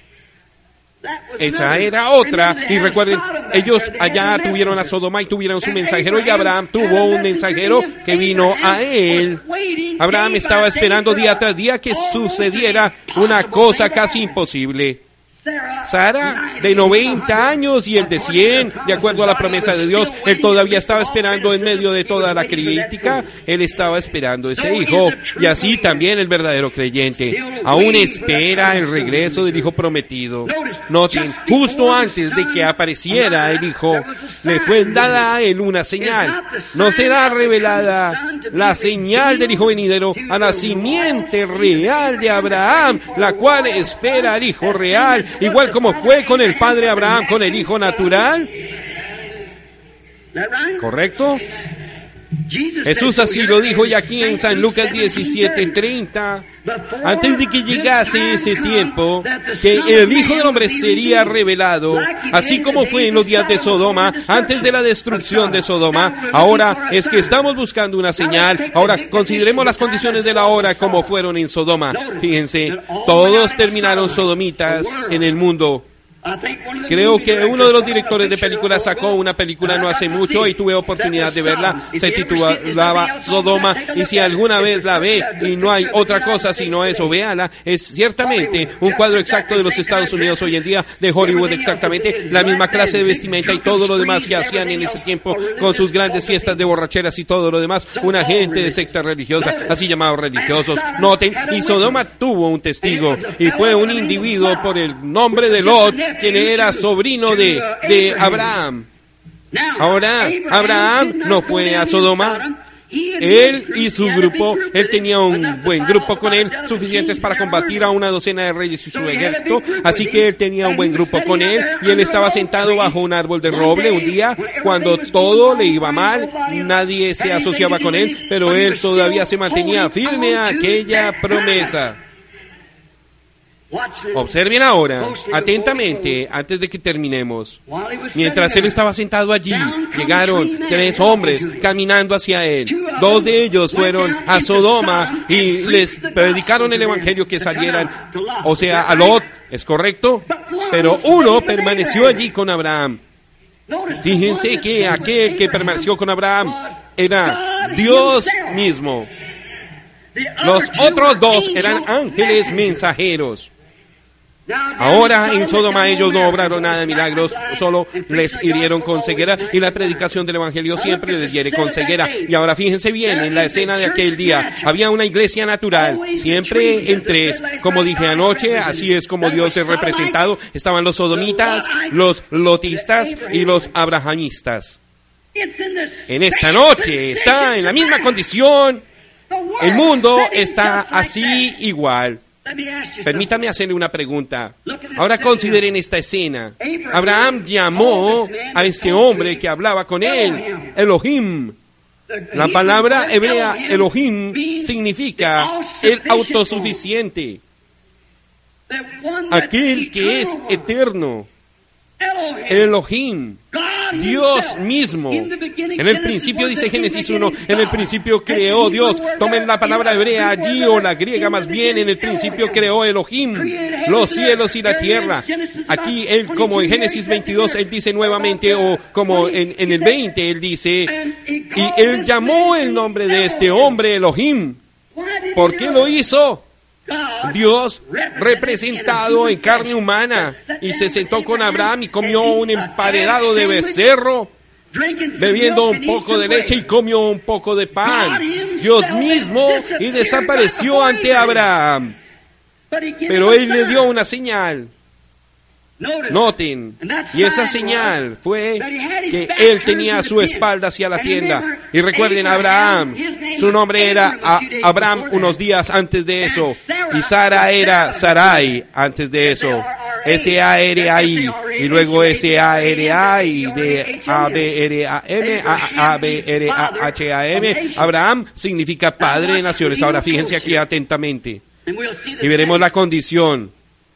Esa era otra. Y recuerden, ellos allá tuvieron a Sodoma y tuvieron su mensajero, y Abraham tuvo un mensajero que vino a él. Abraham estaba esperando día tras día que sucediera una cosa casi imposible. Sara, de 90 años y él de 100, de acuerdo a la promesa de Dios, él todavía estaba esperando en medio de toda la crítica, él estaba esperando ese hijo, y así también el verdadero creyente, aún espera el regreso del hijo prometido. Noten, justo antes de que apareciera el hijo, le fue dada a él una señal. No será revelada la señal del hijo venidero a la simiente real de Abraham, la cual espera al hijo real, igual como fue con el padre Abraham, con el hijo natural. ¿Correcto? Jesús así lo dijo, y aquí en San Lucas 17:30, antes de que llegase ese tiempo, que el Hijo del Hombre sería revelado, así como fue en los días de Sodoma, antes de la destrucción de Sodoma. Ahora es que estamos buscando una señal. Ahora consideremos las condiciones de la hora como fueron en Sodoma. Fíjense, todos terminaron sodomitas en el mundo. Creo que uno de los directores de películas sacó una película no hace mucho y tuve oportunidad de verla, se titulaba Sodoma, y si alguna vez la ve y no hay otra cosa sino eso, véala. Es ciertamente un cuadro exacto de los Estados Unidos hoy en día, de Hollywood, exactamente la misma clase de vestimenta y todo lo demás que hacían en ese tiempo con sus grandes fiestas de borracheras y todo lo demás, una gente de secta religiosa, así llamados religiosos. Noten, y Sodoma tuvo un testigo y fue un individuo por el nombre de Lot, quien era sobrino de Abraham. Ahora, Abraham no fue a Sodoma. Él y su grupo, él tenía un buen grupo con él, suficientes para combatir a una docena de reyes y su ejército, así que él tenía un buen grupo con él, y él estaba sentado bajo un árbol de roble un día, cuando todo le iba mal, nadie se asociaba con él, pero él todavía se mantenía firme a aquella promesa. Observen ahora, atentamente, antes de que terminemos. Mientras él estaba sentado allí, llegaron 3 hombres caminando hacia él. 2 de ellos fueron a Sodoma y les predicaron el evangelio que salieran, o sea, a Lot, ¿es correcto? Pero uno permaneció allí con Abraham. Fíjense que aquel que permaneció con Abraham era Dios mismo. Los otros 2 eran ángeles mensajeros. Ahora en Sodoma ellos no obraron nada de milagros, solo les hirieron con ceguera, y la predicación del Evangelio siempre les hiere con ceguera. Y ahora fíjense bien, en la escena de aquel día había una iglesia natural, siempre en tres. Como dije anoche, así es como Dios es representado. Estaban los sodomitas, los lotistas y los abrahamistas. En esta noche está en la misma condición. El mundo está así igual. Permítame hacerle una pregunta. Ahora consideren esta escena. Abraham llamó a este hombre que hablaba con él Elohim. La palabra hebrea Elohim significa el autosuficiente, aquel que es eterno. Elohim, Dios mismo. En el principio, dice Génesis 1, en el principio creó Dios. Tomen la palabra hebrea allí, o la griega más bien. En el principio creó Elohim los cielos y la tierra. Aquí él, como en Génesis 22, él dice nuevamente, o como en el 20, él dice, y él llamó el nombre de este hombre Elohim. ¿Por qué lo hizo? Dios representado en carne humana, y se sentó con Abraham y comió un emparedado de becerro, bebiendo un poco de leche, y comió un poco de pan, Dios mismo, y desapareció ante Abraham. Pero él le dio una señal. Noten, y esa señal fue que él tenía su espalda hacia la tienda. Y recuerden, Abraham, su nombre era Abraham unos días antes de eso, y Sara era Sarai antes de eso. S-A-R-A-I, y luego S-A-R-A-I, de A-B-R-A-M, A-B-R-A-H-A-M. Abraham significa padre de naciones. Ahora fíjense aquí atentamente, y veremos la condición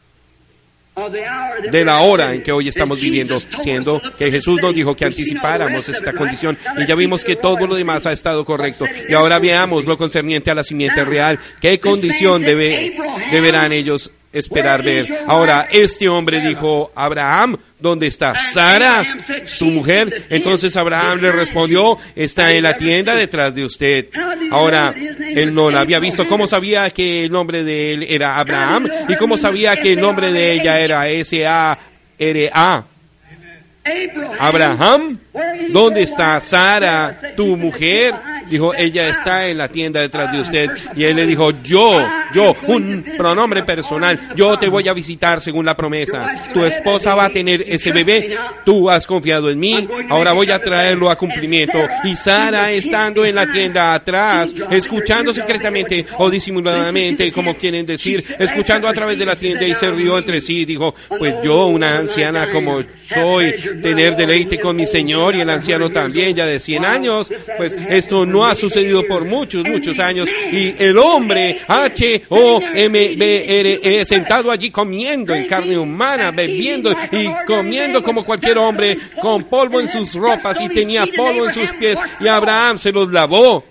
de la hora en que hoy estamos viviendo, siendo que Jesús nos dijo que anticipáramos esta condición, y ya vimos que todo lo demás ha estado correcto. Y ahora veamos lo concerniente a la simiente real. ¿Qué condición deberán ellos esperar ver? Ahora, este hombre dijo, Abraham, ¿dónde está Sara, tu mujer? Entonces Abraham le respondió, está en la tienda detrás de usted. Ahora, él no la había visto. ¿Cómo sabía que el nombre de él era Abraham? ¿Y cómo sabía que el nombre de ella era S-A-R-A? Abraham, ¿dónde está Sara, tu mujer? Dijo, ella está en la tienda detrás de usted. Y él le dijo, yo, un pronombre personal, yo te voy a visitar según la promesa. Tu esposa va a tener ese bebé, tú has confiado en mí, ahora voy a traerlo a cumplimiento. Y Sara, estando en la tienda atrás, escuchando secretamente o disimuladamente, como quieren decir, escuchando a través de la tienda, y se rió entre sí, dijo, pues yo, una anciana como soy, tener deleite con mi Señor, y el anciano también, ya de 100 años, pues esto no ha sucedido por muchos años. Y el hombre, H-O-M-B-R-E, sentado allí comiendo en carne humana, bebiendo y comiendo como cualquier hombre, con polvo en sus ropas, y tenía polvo en sus pies, y Abraham se los lavó.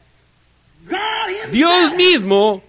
Dios mismo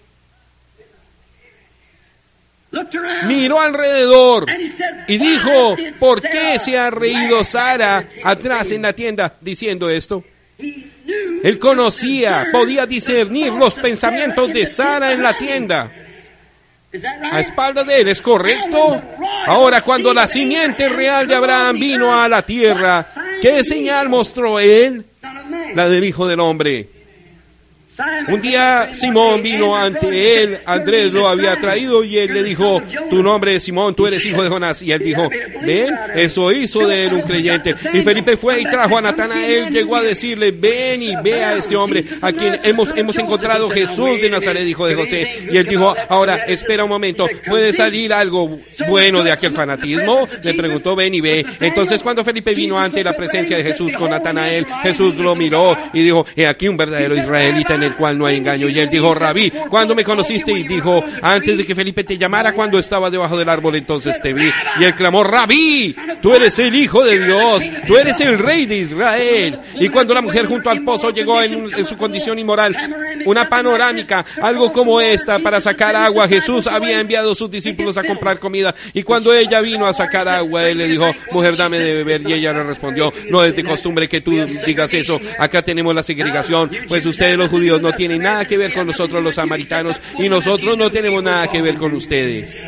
miró alrededor y dijo, ¿por qué se ha reído Sara atrás en la tienda diciendo esto? Él conocía, podía discernir los pensamientos de Sara en la tienda. A espaldas de él, ¿es correcto? Ahora, cuando la simiente real de Abraham vino a la tierra, ¿qué señal mostró él? La del Hijo del Hombre. Un día Simón vino ante él, Andrés lo había traído, y él le dijo, tu nombre es Simón, tú eres hijo de Jonás. Y él dijo, ven, eso hizo de él un creyente. Y Felipe fue y trajo a Natanael, llegó a decirle, ven y ve a este hombre, a quien hemos encontrado, Jesús de Nazaret, hijo de José. Y él dijo, ahora, espera un momento, ¿puede salir algo bueno de aquel fanatismo? Le preguntó, ven y ve. Entonces, cuando Felipe vino ante la presencia de Jesús con Natanael, Jesús lo miró y dijo, he aquí un verdadero israelita en el cual no hay engaño. Y él dijo, Rabí, ¿cuándo me conociste? Y dijo, antes de que Felipe te llamara, cuando estaba debajo del árbol, entonces te vi. Y él clamó, Rabí, tú eres el Hijo de Dios, tú eres el Rey de Israel. Y cuando la mujer junto al pozo llegó en su condición inmoral, una panorámica, algo como esta, para sacar agua, Jesús había enviado a sus discípulos a comprar comida. Y cuando ella vino a sacar agua, él le dijo, mujer, dame de beber. Y ella le respondió, no es de costumbre que tú digas eso, acá tenemos la segregación, pues ustedes los judíos no tienen nada que ver con nosotros los samaritanos, y nosotros no tenemos nada que ver con ustedes.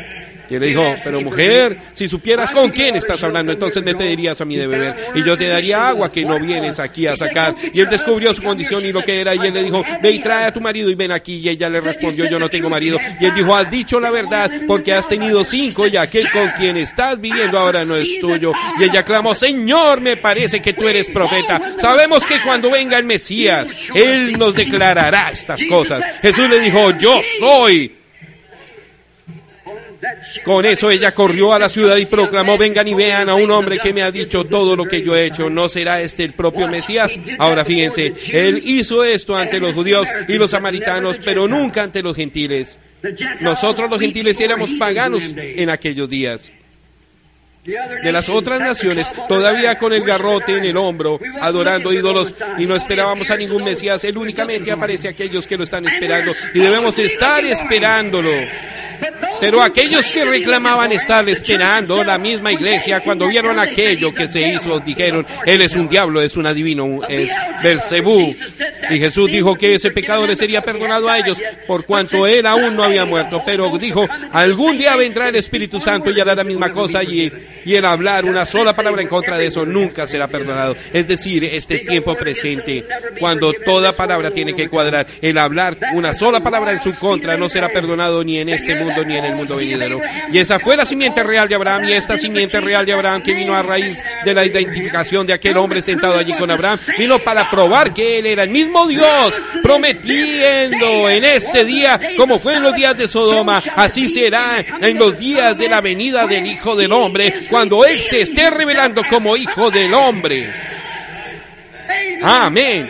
Y él le dijo, pero mujer, si supieras con quién estás hablando, entonces me pedirías a mí de beber, y yo te daría agua que no vienes aquí a sacar. Y él descubrió su condición y lo que era, y él le dijo, ve y trae a tu marido y ven aquí. Y ella le respondió, yo no tengo marido. Y él dijo, has dicho la verdad, porque has tenido 5 y aquel con quien estás viviendo ahora no es tuyo. Y ella clamó, Señor, me parece que tú eres profeta. Sabemos que cuando venga el Mesías, Él nos declarará estas cosas. Jesús le dijo, yo soy. Con eso ella corrió a la ciudad y proclamó, vengan y vean a un hombre que me ha dicho todo lo que yo he hecho. ¿No será este el propio Mesías? Ahora fíjense, él hizo esto ante los judíos y los samaritanos, pero nunca ante los gentiles. Nosotros los gentiles éramos paganos en aquellos días. De las otras naciones, todavía con el garrote en el hombro, adorando ídolos, y no esperábamos a ningún Mesías. Él únicamente aparece a aquellos que lo están esperando, y debemos estar esperándolo. Pero aquellos que reclamaban estar esperando, la misma iglesia, cuando vieron aquello que se hizo, dijeron, él es un diablo, es un adivino, es Belcebú. Y Jesús dijo que ese pecado le sería perdonado a ellos, por cuanto él aún no había muerto. Pero dijo, algún día vendrá el Espíritu Santo y hará la misma cosa, y el hablar una sola palabra en contra de eso nunca será perdonado. Es decir, este tiempo presente, cuando toda palabra tiene que cuadrar, el hablar una sola palabra en su contra no será perdonado ni en este mundo ni en el mundo venidero. Y esa fue la simiente real de Abraham, y esta simiente real de Abraham, que vino a raíz de la identificación de aquel hombre sentado allí con Abraham, vino para probar que él era el mismo Dios, prometiendo en este día, como fue en los días de Sodoma, así será en los días de la venida del Hijo del Hombre, cuando él se esté revelando como Hijo del Hombre. Amén.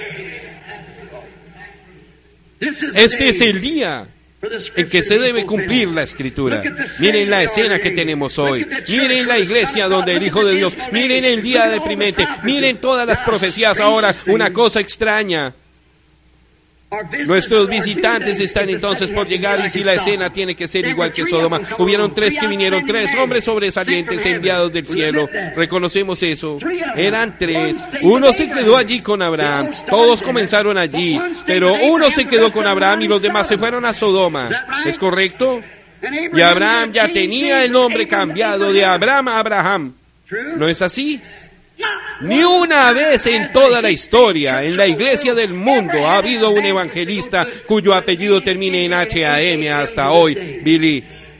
Este es el día en que se debe cumplir la Escritura. Miren la escena que tenemos hoy. Miren la iglesia donde el Hijo de Dios. Miren el día deprimente. Miren todas las profecías ahora. Una cosa extraña. Nuestros visitantes están entonces por llegar, y si la escena tiene que ser igual que Sodoma, hubieron 3 que vinieron, 3 hombres sobresalientes enviados del cielo. Reconocemos eso. Eran 3. Uno se quedó allí con Abraham. Todos comenzaron allí, pero uno se quedó con Abraham y los demás se fueron a Sodoma. ¿Es correcto? Y Abraham ya tenía el nombre cambiado de Abraham a Abraham. ¿No es así? Ni una vez en toda la historia, en la iglesia del mundo, ha habido un evangelista cuyo apellido termine en H-A-M hasta hoy. Billy,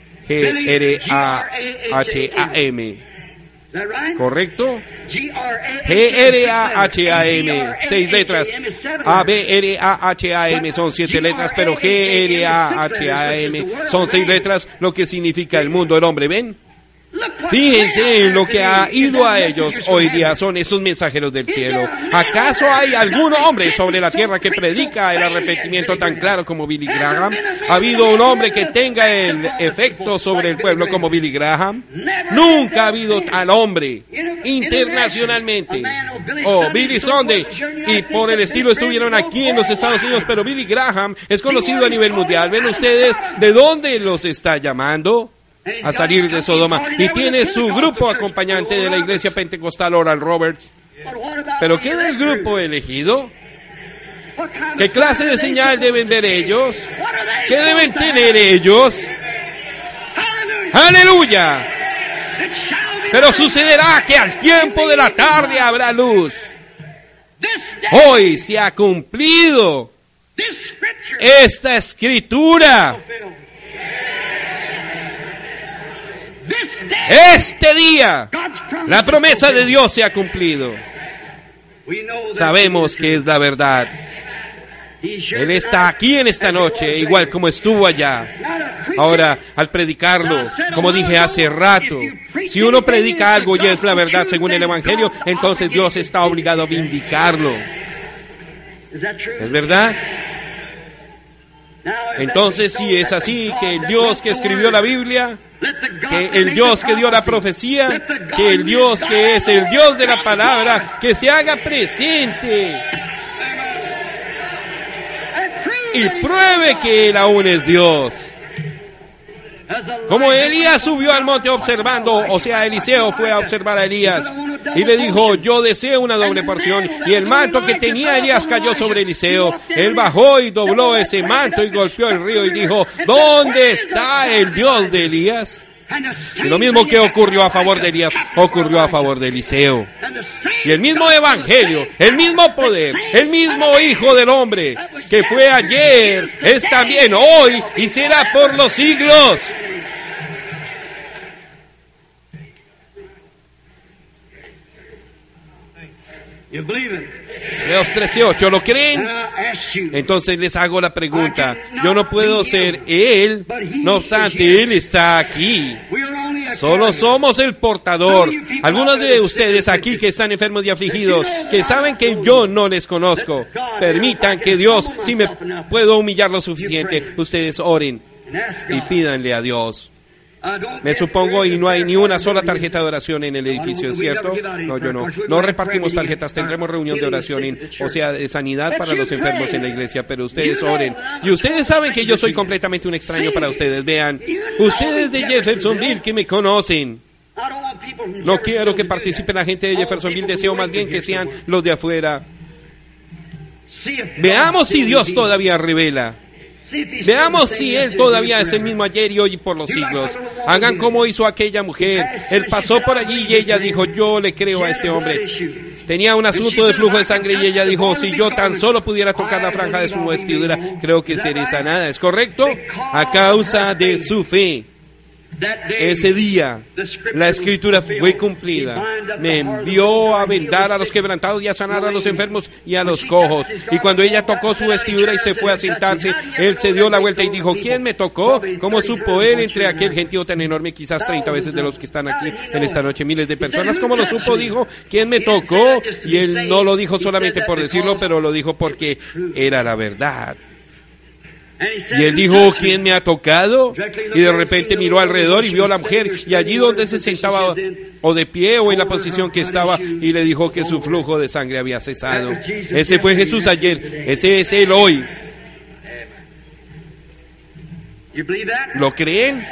G-R-A-H-A-M. ¿Correcto? G-R-A-H-A-M, 6 letras. A-B-R-A-H-A-M son 7 letras, pero G-R-A-H-A-M son 6 letras, lo que significa el mundo, el hombre. ¿Ven? Fíjense en lo que ha ido a ellos hoy día, son esos mensajeros del cielo. ¿Acaso hay algún hombre sobre la tierra que predica el arrepentimiento tan claro como Billy Graham? ¿Ha habido un hombre que tenga el efecto sobre el pueblo como Billy Graham? Nunca ha habido tal hombre internacionalmente. Billy Sunday y por el estilo estuvieron aquí en los Estados Unidos, pero Billy Graham es conocido a nivel mundial. ¿Ven ustedes de dónde los está llamando? A salir de Sodoma, y tiene su grupo acompañante de la iglesia pentecostal Oral Roberts. ¿Pero qué del grupo elegido? ¿Qué clase de señal deben ver ellos? ¿Qué deben tener ellos? ¡Aleluya! Pero sucederá que al tiempo de la tarde habrá luz. Hoy se ha cumplido esta escritura. Este día, la promesa de Dios se ha cumplido. Sabemos que es la verdad. Él está aquí en esta noche, igual como estuvo allá. Ahora, al predicarlo, como dije hace rato, si uno predica algo y es la verdad según el Evangelio, entonces Dios está obligado a vindicarlo. ¿Es verdad? Entonces, si es así, que el Dios que escribió la Biblia, que el Dios que dio la profecía, que el Dios que es el Dios de la palabra, que se haga presente y pruebe que Él aún es Dios. Como Elías subió al monte observando, o sea, Eliseo fue a observar a Elías y le dijo, yo deseo una doble porción, y el manto que tenía Elías cayó sobre Eliseo. Él bajó y dobló ese manto y golpeó el río y dijo, ¿dónde está el Dios de Elías? Y lo mismo que ocurrió a favor de Elías, ocurrió a favor de Eliseo. Y el mismo evangelio, el mismo poder, el mismo Hijo del Hombre, que fue ayer, es también hoy y será por los siglos. Hebreos 13:8, ¿lo creen? Entonces les hago la pregunta, yo no puedo ser Él, no obstante, Él está aquí. Solo somos el portador. Algunos de ustedes aquí que están enfermos y afligidos, que saben que yo no les conozco, permitan que Dios, si me puedo humillar lo suficiente, ustedes oren y pídanle a Dios. Me supongo, y no hay ni una sola tarjeta de oración en el edificio, ¿es cierto? No, yo no. No repartimos tarjetas, tendremos reunión de oración, o sea, de sanidad para los enfermos en la iglesia, pero ustedes oren. Y ustedes saben que yo soy completamente un extraño para ustedes. Vean, ustedes de Jeffersonville que me conocen. No quiero que participen la gente de Jeffersonville, deseo más bien que sean los de afuera. Veamos si Dios todavía revela. Veamos si Él todavía es el mismo ayer y hoy y por los siglos. Hagan como hizo aquella mujer. Él pasó por allí y ella dijo, yo le creo a este hombre. Tenía un asunto de flujo de sangre y ella dijo, si yo tan solo pudiera tocar la franja de su vestidura, creo que seré sanada. ¿Es correcto? A causa de su fe. Ese día la escritura fue cumplida. Me envió a vendar a los quebrantados y a sanar a los enfermos y a los cojos. Y cuando ella tocó su vestidura y se fue a sentarse, él se dio la vuelta y dijo, ¿quién me tocó? ¿Cómo supo él entre aquel gentío tan enorme, quizás 30 veces de los que están aquí en esta noche, miles de personas? ¿Cómo lo supo? Dijo, ¿quién me tocó? Y él no lo dijo solamente por decirlo, pero lo dijo porque era la verdad. Y él dijo, ¿quién me ha tocado? Y de repente miró alrededor y vio a la mujer, y allí donde se sentaba, o de pie o en la posición que estaba, y le dijo que su flujo de sangre había cesado. Ese fue Jesús ayer, ese es Él hoy. ¿Lo creen?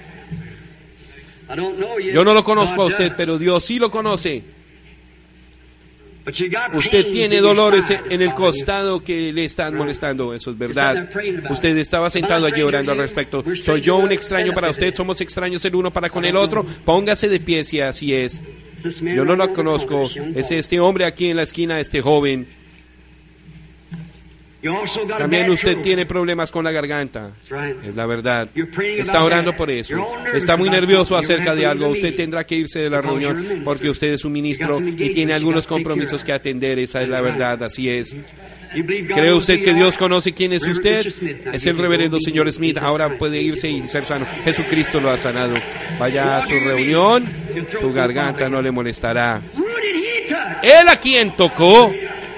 Yo no lo conozco a usted, pero Dios sí lo conoce. Usted tiene dolores en el costado que le están molestando, eso es verdad. Usted estaba sentado allí orando al respecto. ¿Soy yo un extraño para usted? ¿Somos extraños el uno para con el otro? Póngase de pie si así es. Yo no lo conozco. Es este hombre aquí en la esquina, este joven. También usted tiene problemas con la garganta, es la verdad. Está orando por eso. Está muy nervioso acerca de algo. Usted tendrá que irse de la reunión porque usted es un ministro y tiene algunos compromisos que atender. Esa es la verdad, así es. ¿Cree usted que Dios conoce quién es usted? Es el reverendo señor Smith. Ahora puede irse y ser sano. Jesucristo lo ha sanado. Vaya a su reunión, su garganta no le molestará. ¿Él a quién tocó?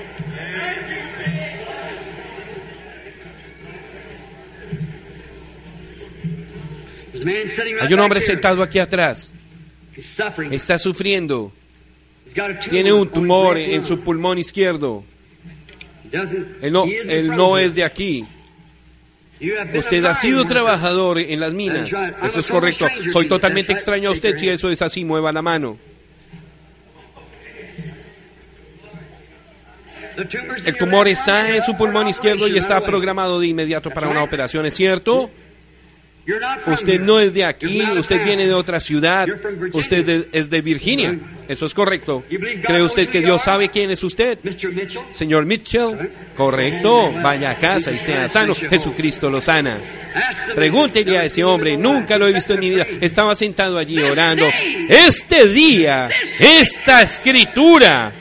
Hay un hombre sentado aquí atrás. Está sufriendo. Tiene un tumor en su pulmón izquierdo. Él no es de aquí. Usted ha sido trabajador en las minas. Eso es correcto. Soy totalmente extraño a usted. Si eso es así, mueva la mano. El tumor está en su pulmón izquierdo y está programado de inmediato para una operación, ¿es cierto? Usted no es de aquí, usted viene de otra ciudad, usted es de Virginia, eso es correcto. ¿Cree usted que Dios sabe quién es usted? Señor Mitchell, correcto, vaya a casa y sea sano, Jesucristo lo sana. Pregúntele a ese hombre, nunca lo he visto en mi vida, estaba sentado allí orando. Este día, esta escritura.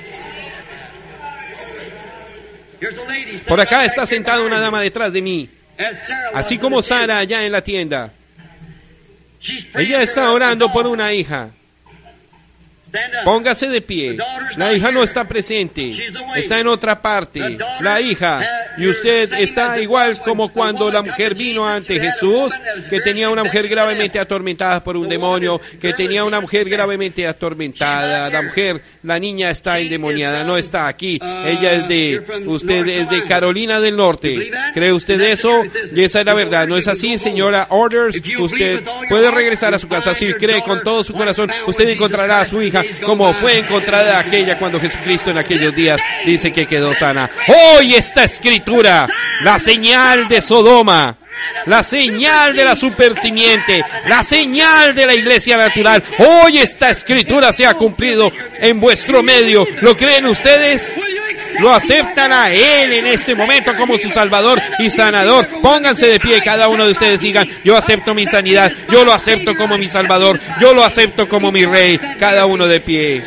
Por acá está sentada una dama detrás de mí. Así como Sara allá en la tienda. Ella está orando por una hija. Póngase de pie. La hija no está presente. Está en otra parte. La hija. Y usted está igual como cuando la mujer vino ante Jesús, que tenía una mujer gravemente atormentada por un demonio, que tenía una mujer gravemente atormentada. La niña está endemoniada, no está aquí. Usted es de Carolina del Norte. ¿Cree usted eso? Y esa es la verdad. ¿No es así, señora Orders? Usted puede regresar a su casa. Si cree con todo su corazón, usted encontrará a su hija como fue encontrada aquella cuando Jesucristo en aquellos días dice que quedó sana. Hoy esta escritura, la señal de Sodoma. la señal de la supersimiente, la señal de la iglesia natural. Hoy esta escritura se ha cumplido en vuestro medio. ¿Lo creen ustedes? ¿Lo aceptan a Él en este momento como su Salvador y Sanador? Pónganse de pie, cada uno de ustedes digan: yo acepto mi sanidad, yo lo acepto como mi Salvador, yo lo acepto como mi Rey. Cada uno de pie.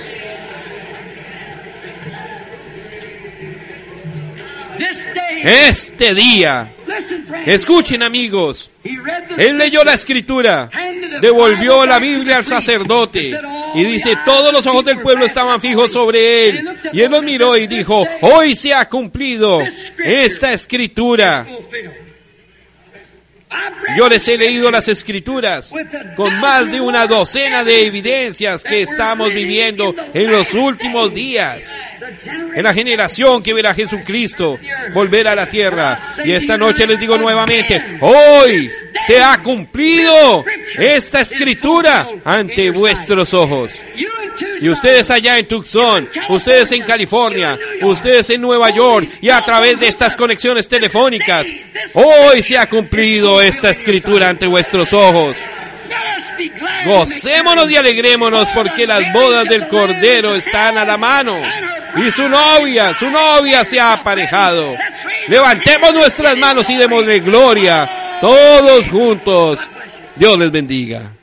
Este día, escuchen amigos, él leyó la escritura, devolvió la Biblia al sacerdote y dice: todos los ojos del pueblo estaban fijos sobre él, y él los miró y dijo: hoy se ha cumplido esta escritura. Yo les he leído las escrituras con más de una docena de evidencias que estamos viviendo en los últimos días, en la generación que verá a Jesucristo volver a la tierra. Y esta noche les digo nuevamente: hoy se ha cumplido esta escritura ante vuestros ojos. Y ustedes allá en Tucson, ustedes en California, ustedes en Nueva York y a través de estas conexiones telefónicas, hoy se ha cumplido esta escritura ante vuestros ojos. Gocémonos y alegrémonos porque las bodas del Cordero están a la mano y su novia se ha aparejado. Levantemos nuestras manos y démosle gloria todos juntos. Dios les bendiga.